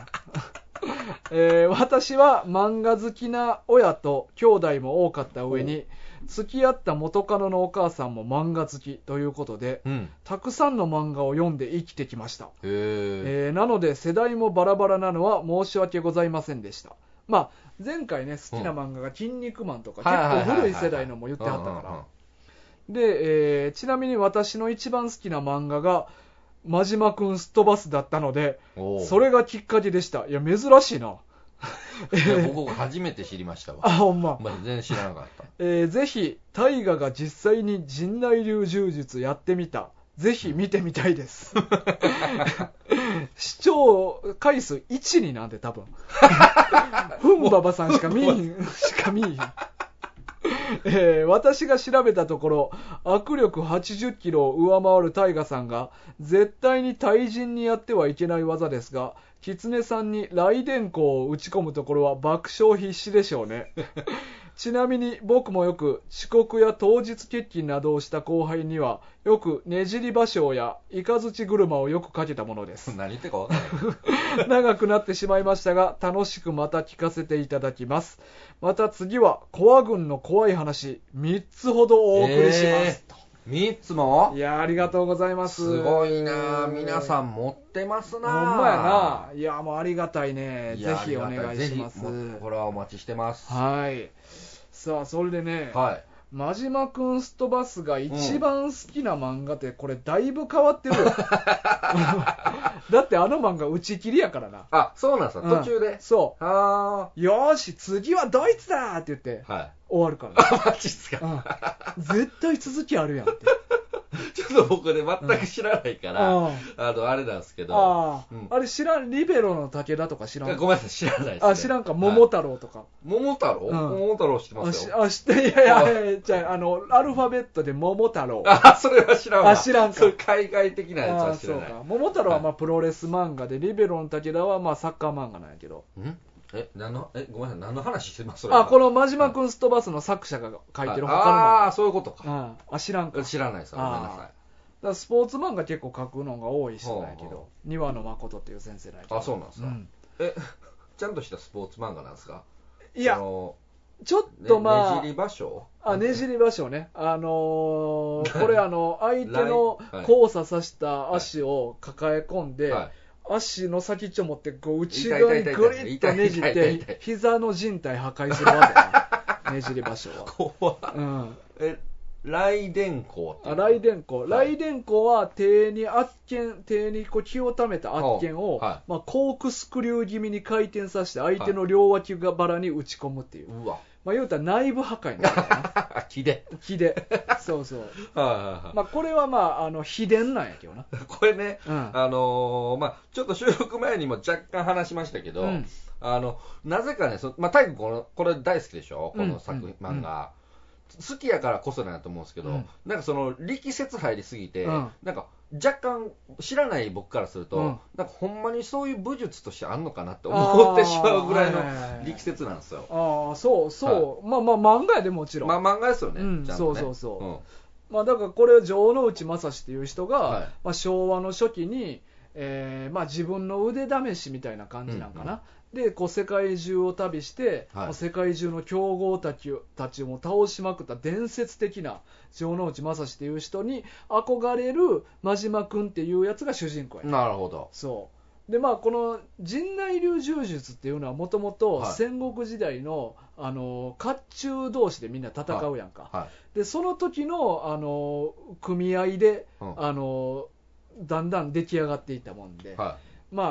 うんえー、私は漫画好きな親と兄弟も多かった上に付き合った元カノのお母さんも漫画好きということで、うん、たくさんの漫画を読んで生きてきました。へー、えー、なので世代もバラバラなのは申し訳ございませんでした。まあ前回ね好きな漫画が「筋肉マン」とか、うん、結構古い世代のも言ってはったから、で、えー、ちなみに私の一番好きな漫画が真島くんすっ飛ばすだったので、それがきっかけでした。いや珍しいな。 いや僕初めて知りましたわ。 あほんま、 まあ、全然知らなかった。 えー、ぜひ大河が実際に陣内流柔術やってみた、ぜひ見てみたいです。視聴回数いちになんで多分ふんばばさんしか見んしか見んえー、私が調べたところ握力はちじゅっキロを上回る大河さんが絶対に対人にやってはいけない技ですが、キツネさんに雷電光を打ち込むところは爆笑必至でしょうね。ちなみに僕もよく遅刻や当日欠勤などをした後輩にはよくねじり芭蕉やイカズチ車をよくかけたものです。 何言ってか分からない。 長くなってしまいましたが楽しくまた聞かせていただきます。また次はコア軍の怖い話みっつほどお送りします、 えーみっつも。 いやありがとうございます。 すごいな、皆さん持ってますな。 ほんまやな。いやもうありがたいね。ぜひお願いします。 これはお待ちしてます。 はい。さあそれでね、 はい、 真島くんすっ飛ばすが一番好きな漫画ってこれだいぶ変わってるよ。だってあの漫画打ち切りやからな。 あ、そうなんですか、途中で。 そう。 あよーし次はドイツだって言って、はい、終わるからね。あ、マジっすか、 うん。絶対続きあるやんって。 ちょっと僕ね全く知らないから、うん、あのあれなんですけど、 あ、うん、あれ知らん、リベロの武田とか知らん。 ごめんなさい知らないです、ね、 あ知らんか、桃太郎とか。 桃太郎、うん、桃太郎知ってますよ。 あ知っていやいやいやじゃあのアルファベットで桃太郎。 あそれは知らんわ。 あ知らんか。 それ海外的なやつは知らない。 あそうか。桃太郎はまあプロレス漫画で、リベロの武田はまあサッカー漫画なんやけど。 んえ、何の、え、ごめんなさい、何の話してます？ あ、この真島くんすっ飛ばすの作者が書いてる他の漫画。 ああ、そういうことか。 ああ、知らんか。 知らないです。ごめんなさい。 だからスポーツ漫画結構書くのが多い人なんやけど、庭野誠っていう先生なんやけど。 あ、そうなんですか。うん、え、ちゃんとしたスポーツ漫画なんですか？ いや、ちょっとまあ、 ねじり芭蕉？ あ、ねじり芭蕉ね。あのー、これあの、相手の交差させた足を抱え込んで、はいはい、足の先っちょ持ってこう内側にグリッとねじって膝の靭帯破壊するわけね。ねじり芭蕉は。 怖っ。うん。え、雷電光ってあ、雷電光。雷電光は手に圧拳、手にこう気を溜めた圧拳を、はい、まあ、コークスクリュー気味に回転させて相手の両脇腹に打ち込むっていう。うわ。まあ、言うたら内部破壊なんだな。 気で。 気で。そうそう。はいはいはい。まあ、これはまあ、あの、秘伝なんやけどな。 これね、うん、あのー、まあ、ちょっと収録前にも若干話しましたけど、うん、あの、なぜかね、そまあ、大工この、これ大好きでしょこの作品、うん、漫画。好きやからこそなんやと思うんですけど、うん、なんかその力説入りすぎて、うん、なんか若干知らない僕からすると、うん、なんかほんまにそういう武術としてあんのかなって思ってしまうぐらいの力説なんですよ。 ああそうそう、はい、まあまあ漫画やでもちろん。 まあ漫画ですよね。うん、ちゃんとね。 そうそうそう。うん、まあだからこれ城之内正史っていう人が、はい、まあ、昭和の初期に、えーまあ、自分の腕試しみたいな感じなんかな。うんうんでこう世界中を旅して、はい、世界中の強豪たちを倒しまくった伝説的な城之内正史っていう人に憧れる真島くんっていうやつが主人公や、ね、 なるほど。 そうでまあこの陣内流柔術っていうのはもともと戦国時代の、はい、あの甲冑同士でみんな戦うやんか、はいはい、でその時のあの組合で、うん、あのだんだん出来上がっていったもんで、はい、まあ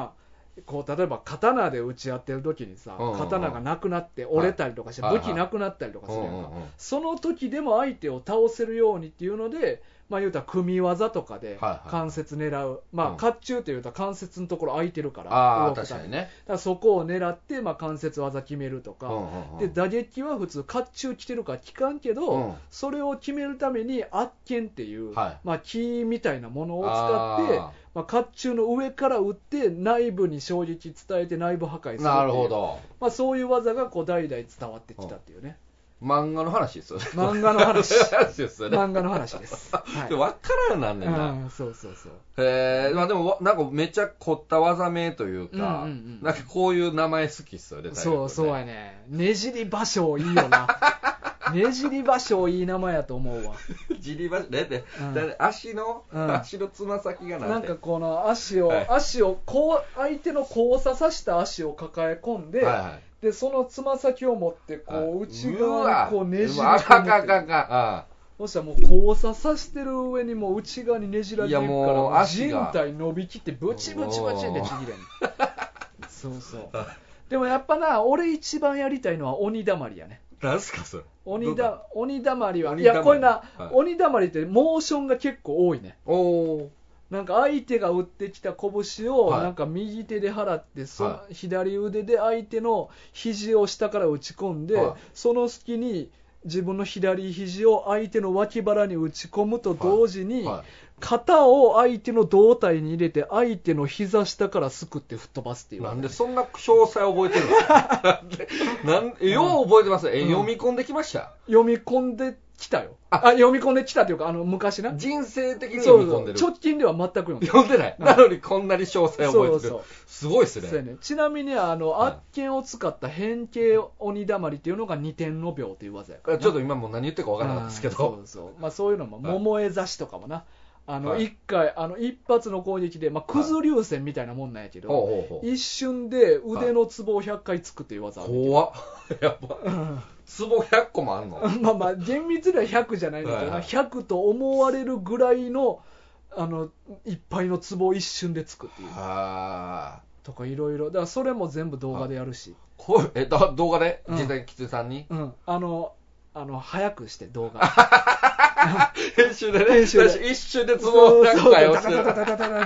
こう例えば刀で打ち合ってる時にさ、 うんうんうん、 刀がなくなって折れたりとかして、はい、武器なくなったりとかするやんか、はいはい、その時でも相手を倒せるようにっていうので、まあ言うたら組み技とかで関節狙う、はいはい、まあ甲冑っていうと関節のところ空いてるから動くために、確かにね、だからそこを狙って、まあ、関節技決めるとか、うんうんうん、で打撃は普通甲冑着てるから効かんけど、うん、それを決めるために圧剣っていう、はい、まあ、木みたいなものを使って、まあ、甲冑の上から撃って内部に衝撃伝えて内部破壊するっていう、 なるほど、 まあ、そういう技がこう代々伝わってきたっていうね、 うん、漫画の話ですよね。 漫画の話ですよね。 漫画の話です。はい、 分からんなんねんな。 うん、そうそうそう。 へえ、まあでもなんかめっちゃ凝った技名というか、うんうんうん、なんかこういう名前好きっすよね。 そうそうやね。ねじり芭蕉いいよな。ねじり芭蕉いい名前やと思うわ。 じりばだって、うん、足の、うん、足のつま先がなんてなんかこの足を、はい、足をこう相手の交差させた足を抱え込んで、はいはい、でそのつま先を持ってこう内側にこうねじり込んで、そしたらもう交差させてる上にもう内側にねじられてるから人体伸びきってブチブチブチってちぎれん。そうそう。でもやっぱな、俺一番やりたいのは鬼だまりやね。 なんすかそれ。 鬼だ鬼だまりは、いやこれな、はい、鬼だまりってモーションが結構多いね。おー。なんか相手が打ってきた拳をなんか右手で払って、その左腕で相手の肘を下から打ち込んで、はい、その隙に自分の左肘を相手の脇腹に打ち込むと同時に、はいはい、肩を相手の胴体に入れて相手の膝下からすくって吹っ飛ばすっていう、ね、 なんでそんな詳細覚えてるのなんでよう覚えてます、え、うん、読み込んできました。 読み込んできたよ。ああ読み込んできたというか、あの昔な人生的に読み込んでる。 そうそう、直近では全く読んでない。 読んでない、うん、なのにこんなに詳細覚えてる。そうそう、すごいっす ね, そうね。ちなみにあの圧剣を使った変形鬼だまりっていうのが二点の秒という技やから、 ちょっと今もう何言ってるか分からなかったですけど、 そうそう、まあ、そういうのも桃江差しとかもな、あの一回あの一発の攻撃で、まあ、くず流線みたいなもんなんやけど、はい、一瞬で腕のツボをひゃっかいつくっていう技ある。 怖っ、やっぱツボひゃっこもあんのまあまあ厳密にはひゃくじゃないんだけどな、はいはい、ひゃくと思われるぐらいのあのいっぱいのツボを一瞬でつくっていうはとかいろいろ、だからそれも全部動画でやるし、 こうえだ動画で、うん、実際にきついさんに、 うん、あのあの早くして動画編集でね、編集で一瞬でツボひゃっかい押してる。確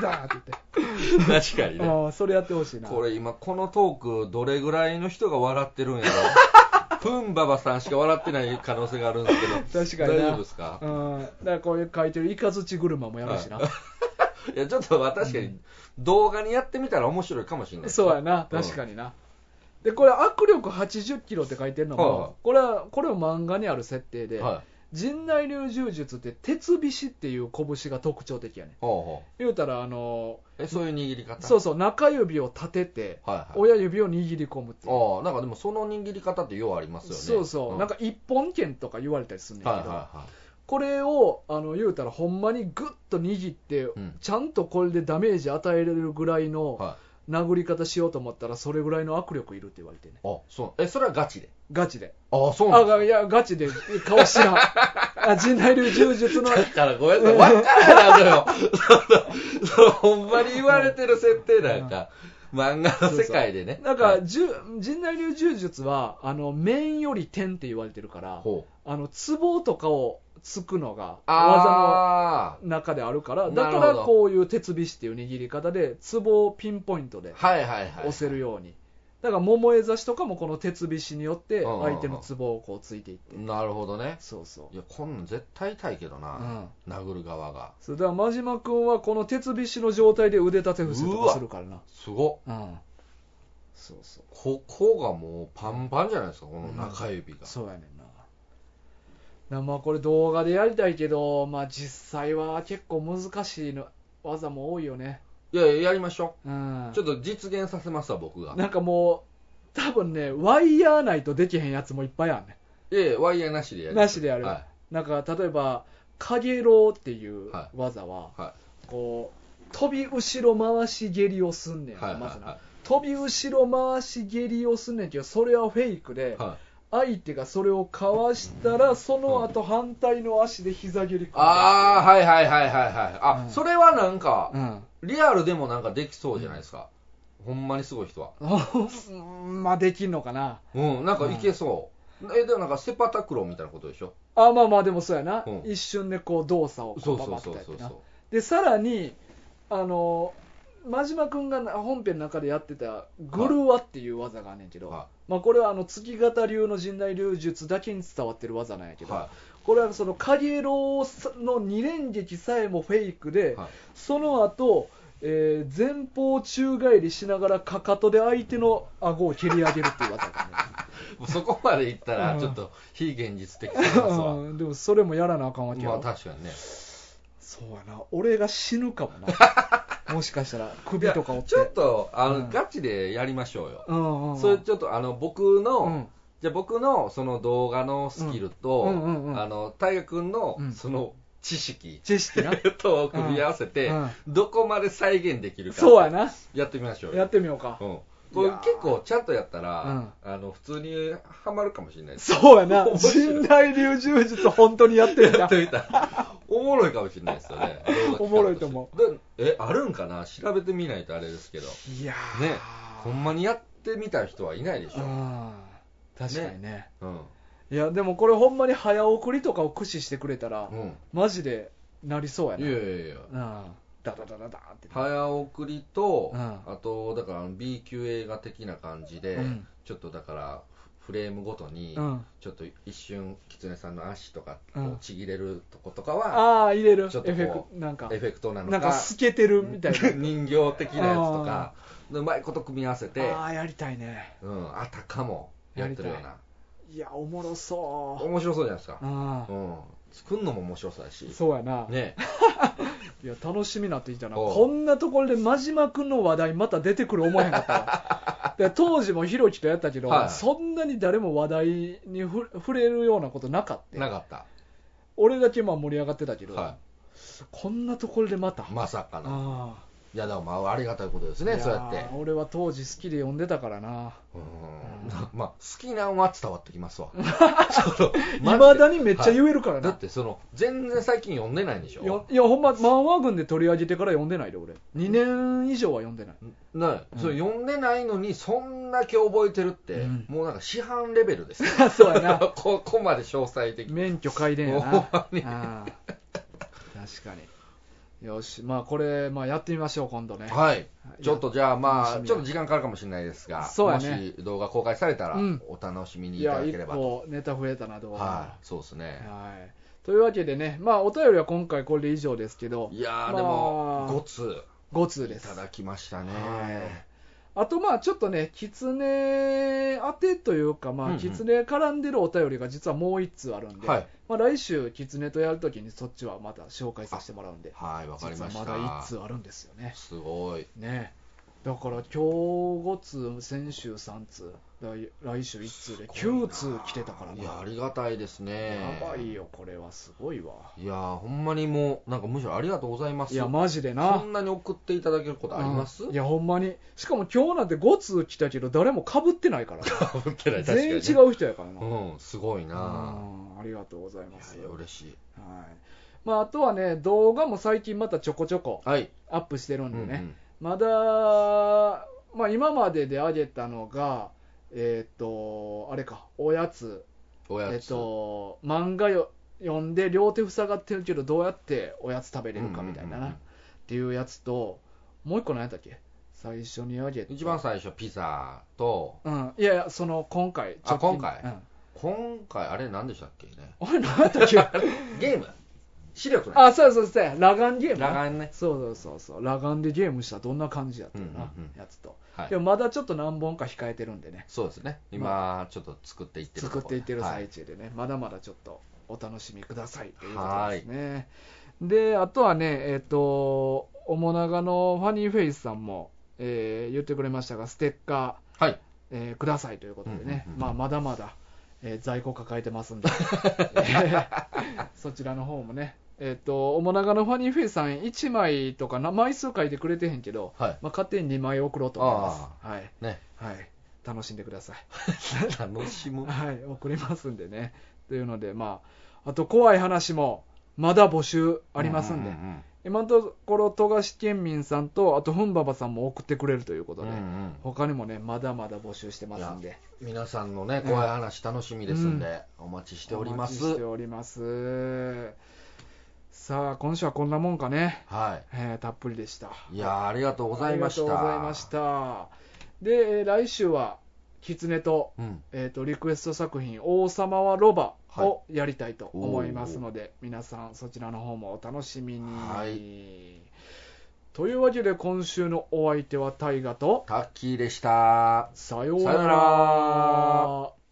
かにね。 あそれやってほしいな。 これ今このトークどれぐらいの人が笑ってるんやろ。プンババさんしか笑ってない可能性があるんですけど。 確かに大丈夫ですか。 うん。だからこういう書いてるイカズチ車もやるしな。 いやちょっと確かに動画にやってみたら面白いかもしれない。 そうやな、確かにな。うん、でこれ握力はちじゅっキロって書いてるのも、はい、これはこれも漫画にある設定で。はい、陣内流柔術って鉄菱っていう拳が特徴的やねん。ほうほう、言うたらあのえそういう握り方。 そうそう、中指を立てて、はいはい、親指を握り込むっていう。 ああ、なんかでもその握り方ってようありますよね。 そうそう、うん、なんか一本剣とか言われたりするんだけど、はいはいはい、これをあの言うたらほんまにグッと握って、うん、ちゃんとこれでダメージ与えれるぐらいの、はい、殴り方しようと思ったらそれぐらいの握力いるって言われてね。 あ、そう。え、それはガチで？ ガチで。 あ、そうなんですか。 あ、いや、ガチで顔知らん。あ、陣内流柔術の。 だからごめんなさい。わからないのよ。その、ほんまに言われてる設定なんか、うん、漫画の世界でね。 なんか、陣内流柔術は、あの、面より点って言われてるから、あの、ツボとかをつくのが技の中であるから、だからこういう鉄菱っていう握り方で、ツボをピンポイントで押せるように。だから桃江差しとかもこの鉄菱によって相手のツボをこうついていって、 なるほどね。 そうそう。 いやこんなん絶対痛いけどな、うん、殴る側が。 そうだから真島君はこの鉄菱の状態で腕立て伏せとかするからな。 すごっ、 うん、そうそう。 ここがもうパンパンじゃないですか、この中指が、うん、 そうやねんな。まあこれ動画でやりたいけど、まあ実際は結構難しいの技も多いよね。 いやいややりましょう、うん、ちょっと実現させますわ僕が。 なんかもう多分ねワイヤーないとできへんやつもいっぱいあるね。 いやいやワイヤーなしでやる。 なしでやる、はい、なんか例えば影ローっていう技は、はいはい、こう飛び後ろ回し蹴りをすんねん、はいはいはい、まずな飛び後ろ回し蹴りをすんねんけどそれはフェイクで、はい、相手がそれをかわしたらその後反対の足で膝蹴り込む。 ああはいはいはいはいはい。あ、うん、それはなんか、うん、リアルでもなんかできそうじゃないですか、 ほんまにすごい人は。 まあできんのかな。 うんなんかいけそう、うん、えでもなんかセパタクローみたいなことでしょ。 あまあまあでもそうやな、 うん、 一瞬でこう動作をこうババッとやってな。 そうそうそうそう。 でさらにあの真島君が本編の中でやってたグルワっていう技があんねんけど、はい、まあ、これはあの月形流の陣内流術だけに伝わってる技なんやけど、はい、これはその影郎の二連撃さえもフェイクで、はい、その後、えー、前方宙返りしながらかかとで相手の顎を蹴り上げるっていう技がねもうそこまでいったらちょっと非現実的すぎますわ、 うん、でもそれもやらなあかんわけよ。 まあ確かにね。 そうやな、俺が死ぬかもなもしかしたら首とか折ってちょっとあの、うん、ガチでやりましょうよ、うんうんうん、それちょっとあの僕の、うん、じゃあ僕のその動画のスキルと、うんうんうん、あの大河君のその知識、 知識なと組み合わせて、うんうん、どこまで再現できるかそうやなやってみましょうよ。 やってみようか、 うんこれ結構ちゃんとやったら、うん、あの普通にハマるかもしれないです。 そうやな陣内流柔術本当にやってみたやってみたおもろいかもしれないですよねおもろいと思う。えあるんかな調べてみないとあれですけど。 いやねほんまにやってみた人はいないでしょ。 確かにね、 ね、うん、 いやでもこれほんまに早送りとかを駆使してくれたら、うん、マジでなりそうやな。 いやいやいや、 うんダダダダダって早送りと、うん、あとだから B 級映画的な感じで、うん、ちょっとだからフレームごとに、うん、ちょっと一瞬狐さんの足とかをちぎれるとことかは、 うん、ああ入れるちょっとエフェクトなんかエフェクトなのかなんか透けてるみたいな人形的なやつとかうまいこと組み合わせてああやりたいね、 うん、あたかもやってるような。 いやおもろそう面白そうじゃないですか、うん作るのも面白そうだし。 そうやなねいや楽しみになってきたな。こんなところで真島君の話題また出てくる思えへんかったわで当時もひろきとやったけど、はい、そんなに誰も話題にふ触れるようなことなかったなかった俺だけまあ盛り上がってたけど、 はい、 こんなところでまたまさかな。いやでもまあありがたいことですね。そうやって俺は当時好きで読んでたからな。 うんまあ好きなのは伝わってきますわいまだにめっちゃ言えるからな、はい、 だってその全然最近読んでないんでしょ。 いやほんま漫画群で取り上げてから読んでないで俺にねん以上は読んでないない、うん、それ読んでないのにそんだけ覚えてるって、うん、もうなんか師範レベルですそうやなここまで詳細的免許皆伝やなあ確かに。よしまあこれ、まあ、やってみましょう今度ね。 はいちょっとじゃあまあちょっと時間かかるかもしれないですが、 そうやね、 もし動画公開されたらお楽しみにいただければと。 いや一個ネタ増えたな動画、 はい、そうですね、 はい、というわけでね、まあお便りは今回これで以上ですけど、 いやー、まあ、でもご通ご通です。 いただきましたね。 はいあとまあちょっとねキツネ当てというかまあキツネ絡んでるお便りが実はもう一通あるんで、はい、まあ来週キツネとやるときにそっちはまた紹介させてもらうんで、 はいわかりました。 実はまだ一通あるんですよね。 すごいね。だから今日ご通先週さん通来週いち通できゅう通来てたからな。 いやありがたいですね。 やばいよこれはすごいわ。 いやほんまにもうなんかむしろありがとうございます。 いやマジでな。 そんなに送っていただけることあります？ うん、いやほんまに。しかも今日なんてご通来たけど誰も被ってないから被ってない。 全員違う人やからな。 うんすごいな。 ありがとうございます。 いや嬉しい。 はい。まああとはね動画も最近またちょこちょこアップしてるんでね、 はいうんうん、 まだまあ今までで上げたのがえっ、ー、とあれかおやつおやつ、 えっ、ー、と漫画よ読んで両手塞がってるけどどうやっておやつ食べれるかみたいなな、うんうんうん、っていうやつともう一個何やったっけ最初に上げた一番最初ピザと、 うん、いやいやその今回あ今回、うん、今回あれ何でしたっけねあれ何やったっけゲーム視力ね。 あ、そうそうそう。裸眼ゲーム。 裸眼ね。 そうそうそうそう。裸眼でゲームしたらどんな感じやったかな、うんうんうん、やつと。はい、でもまだちょっと何本か控えてるんでね。 そうですね。今、まあ、ちょっと作っていってる作っていってる最中でね、はい、まだまだちょっとお楽しみくださいということですね。で、あとはね、えっ、ー、と、おもながのファニーフェイスさんも、えー、言ってくれましたが、ステッカー、はいえー、くださいということでね、うんうんうん、まあまだまだ、えー、在庫抱えてますんで、えー、そちらの方もね。えっと、おもながのファニーフェイスさんいちまいとか枚数書いてくれてへんけど、はいまあ、勝手ににまい送ろうと思います。はいねはい、楽しんでください。 楽しむはい、送りますんでね。というので、まあ、あと怖い話もまだ募集ありますんで、うんうんうん今のところ富樫県民さんとあとふんばばさんも送ってくれるということで、 うんうん、 他にもねまだまだ募集してますんで、 皆さんのね怖い話楽しみですんで、うん、お待ちしております。 お待ちしております。さあ今週はこんなもんかね。 はい、 えー、たっぷりでした。 いやありがとうございました。 ありがとうございました。で来週はキツネと、うん、えーとリクエスト作品王様はロバをやりたいと思いますので、はい、皆さんそちらの方もお楽しみに。はい、というわけで今週のお相手はタイガとタッキーでした。 さようなら。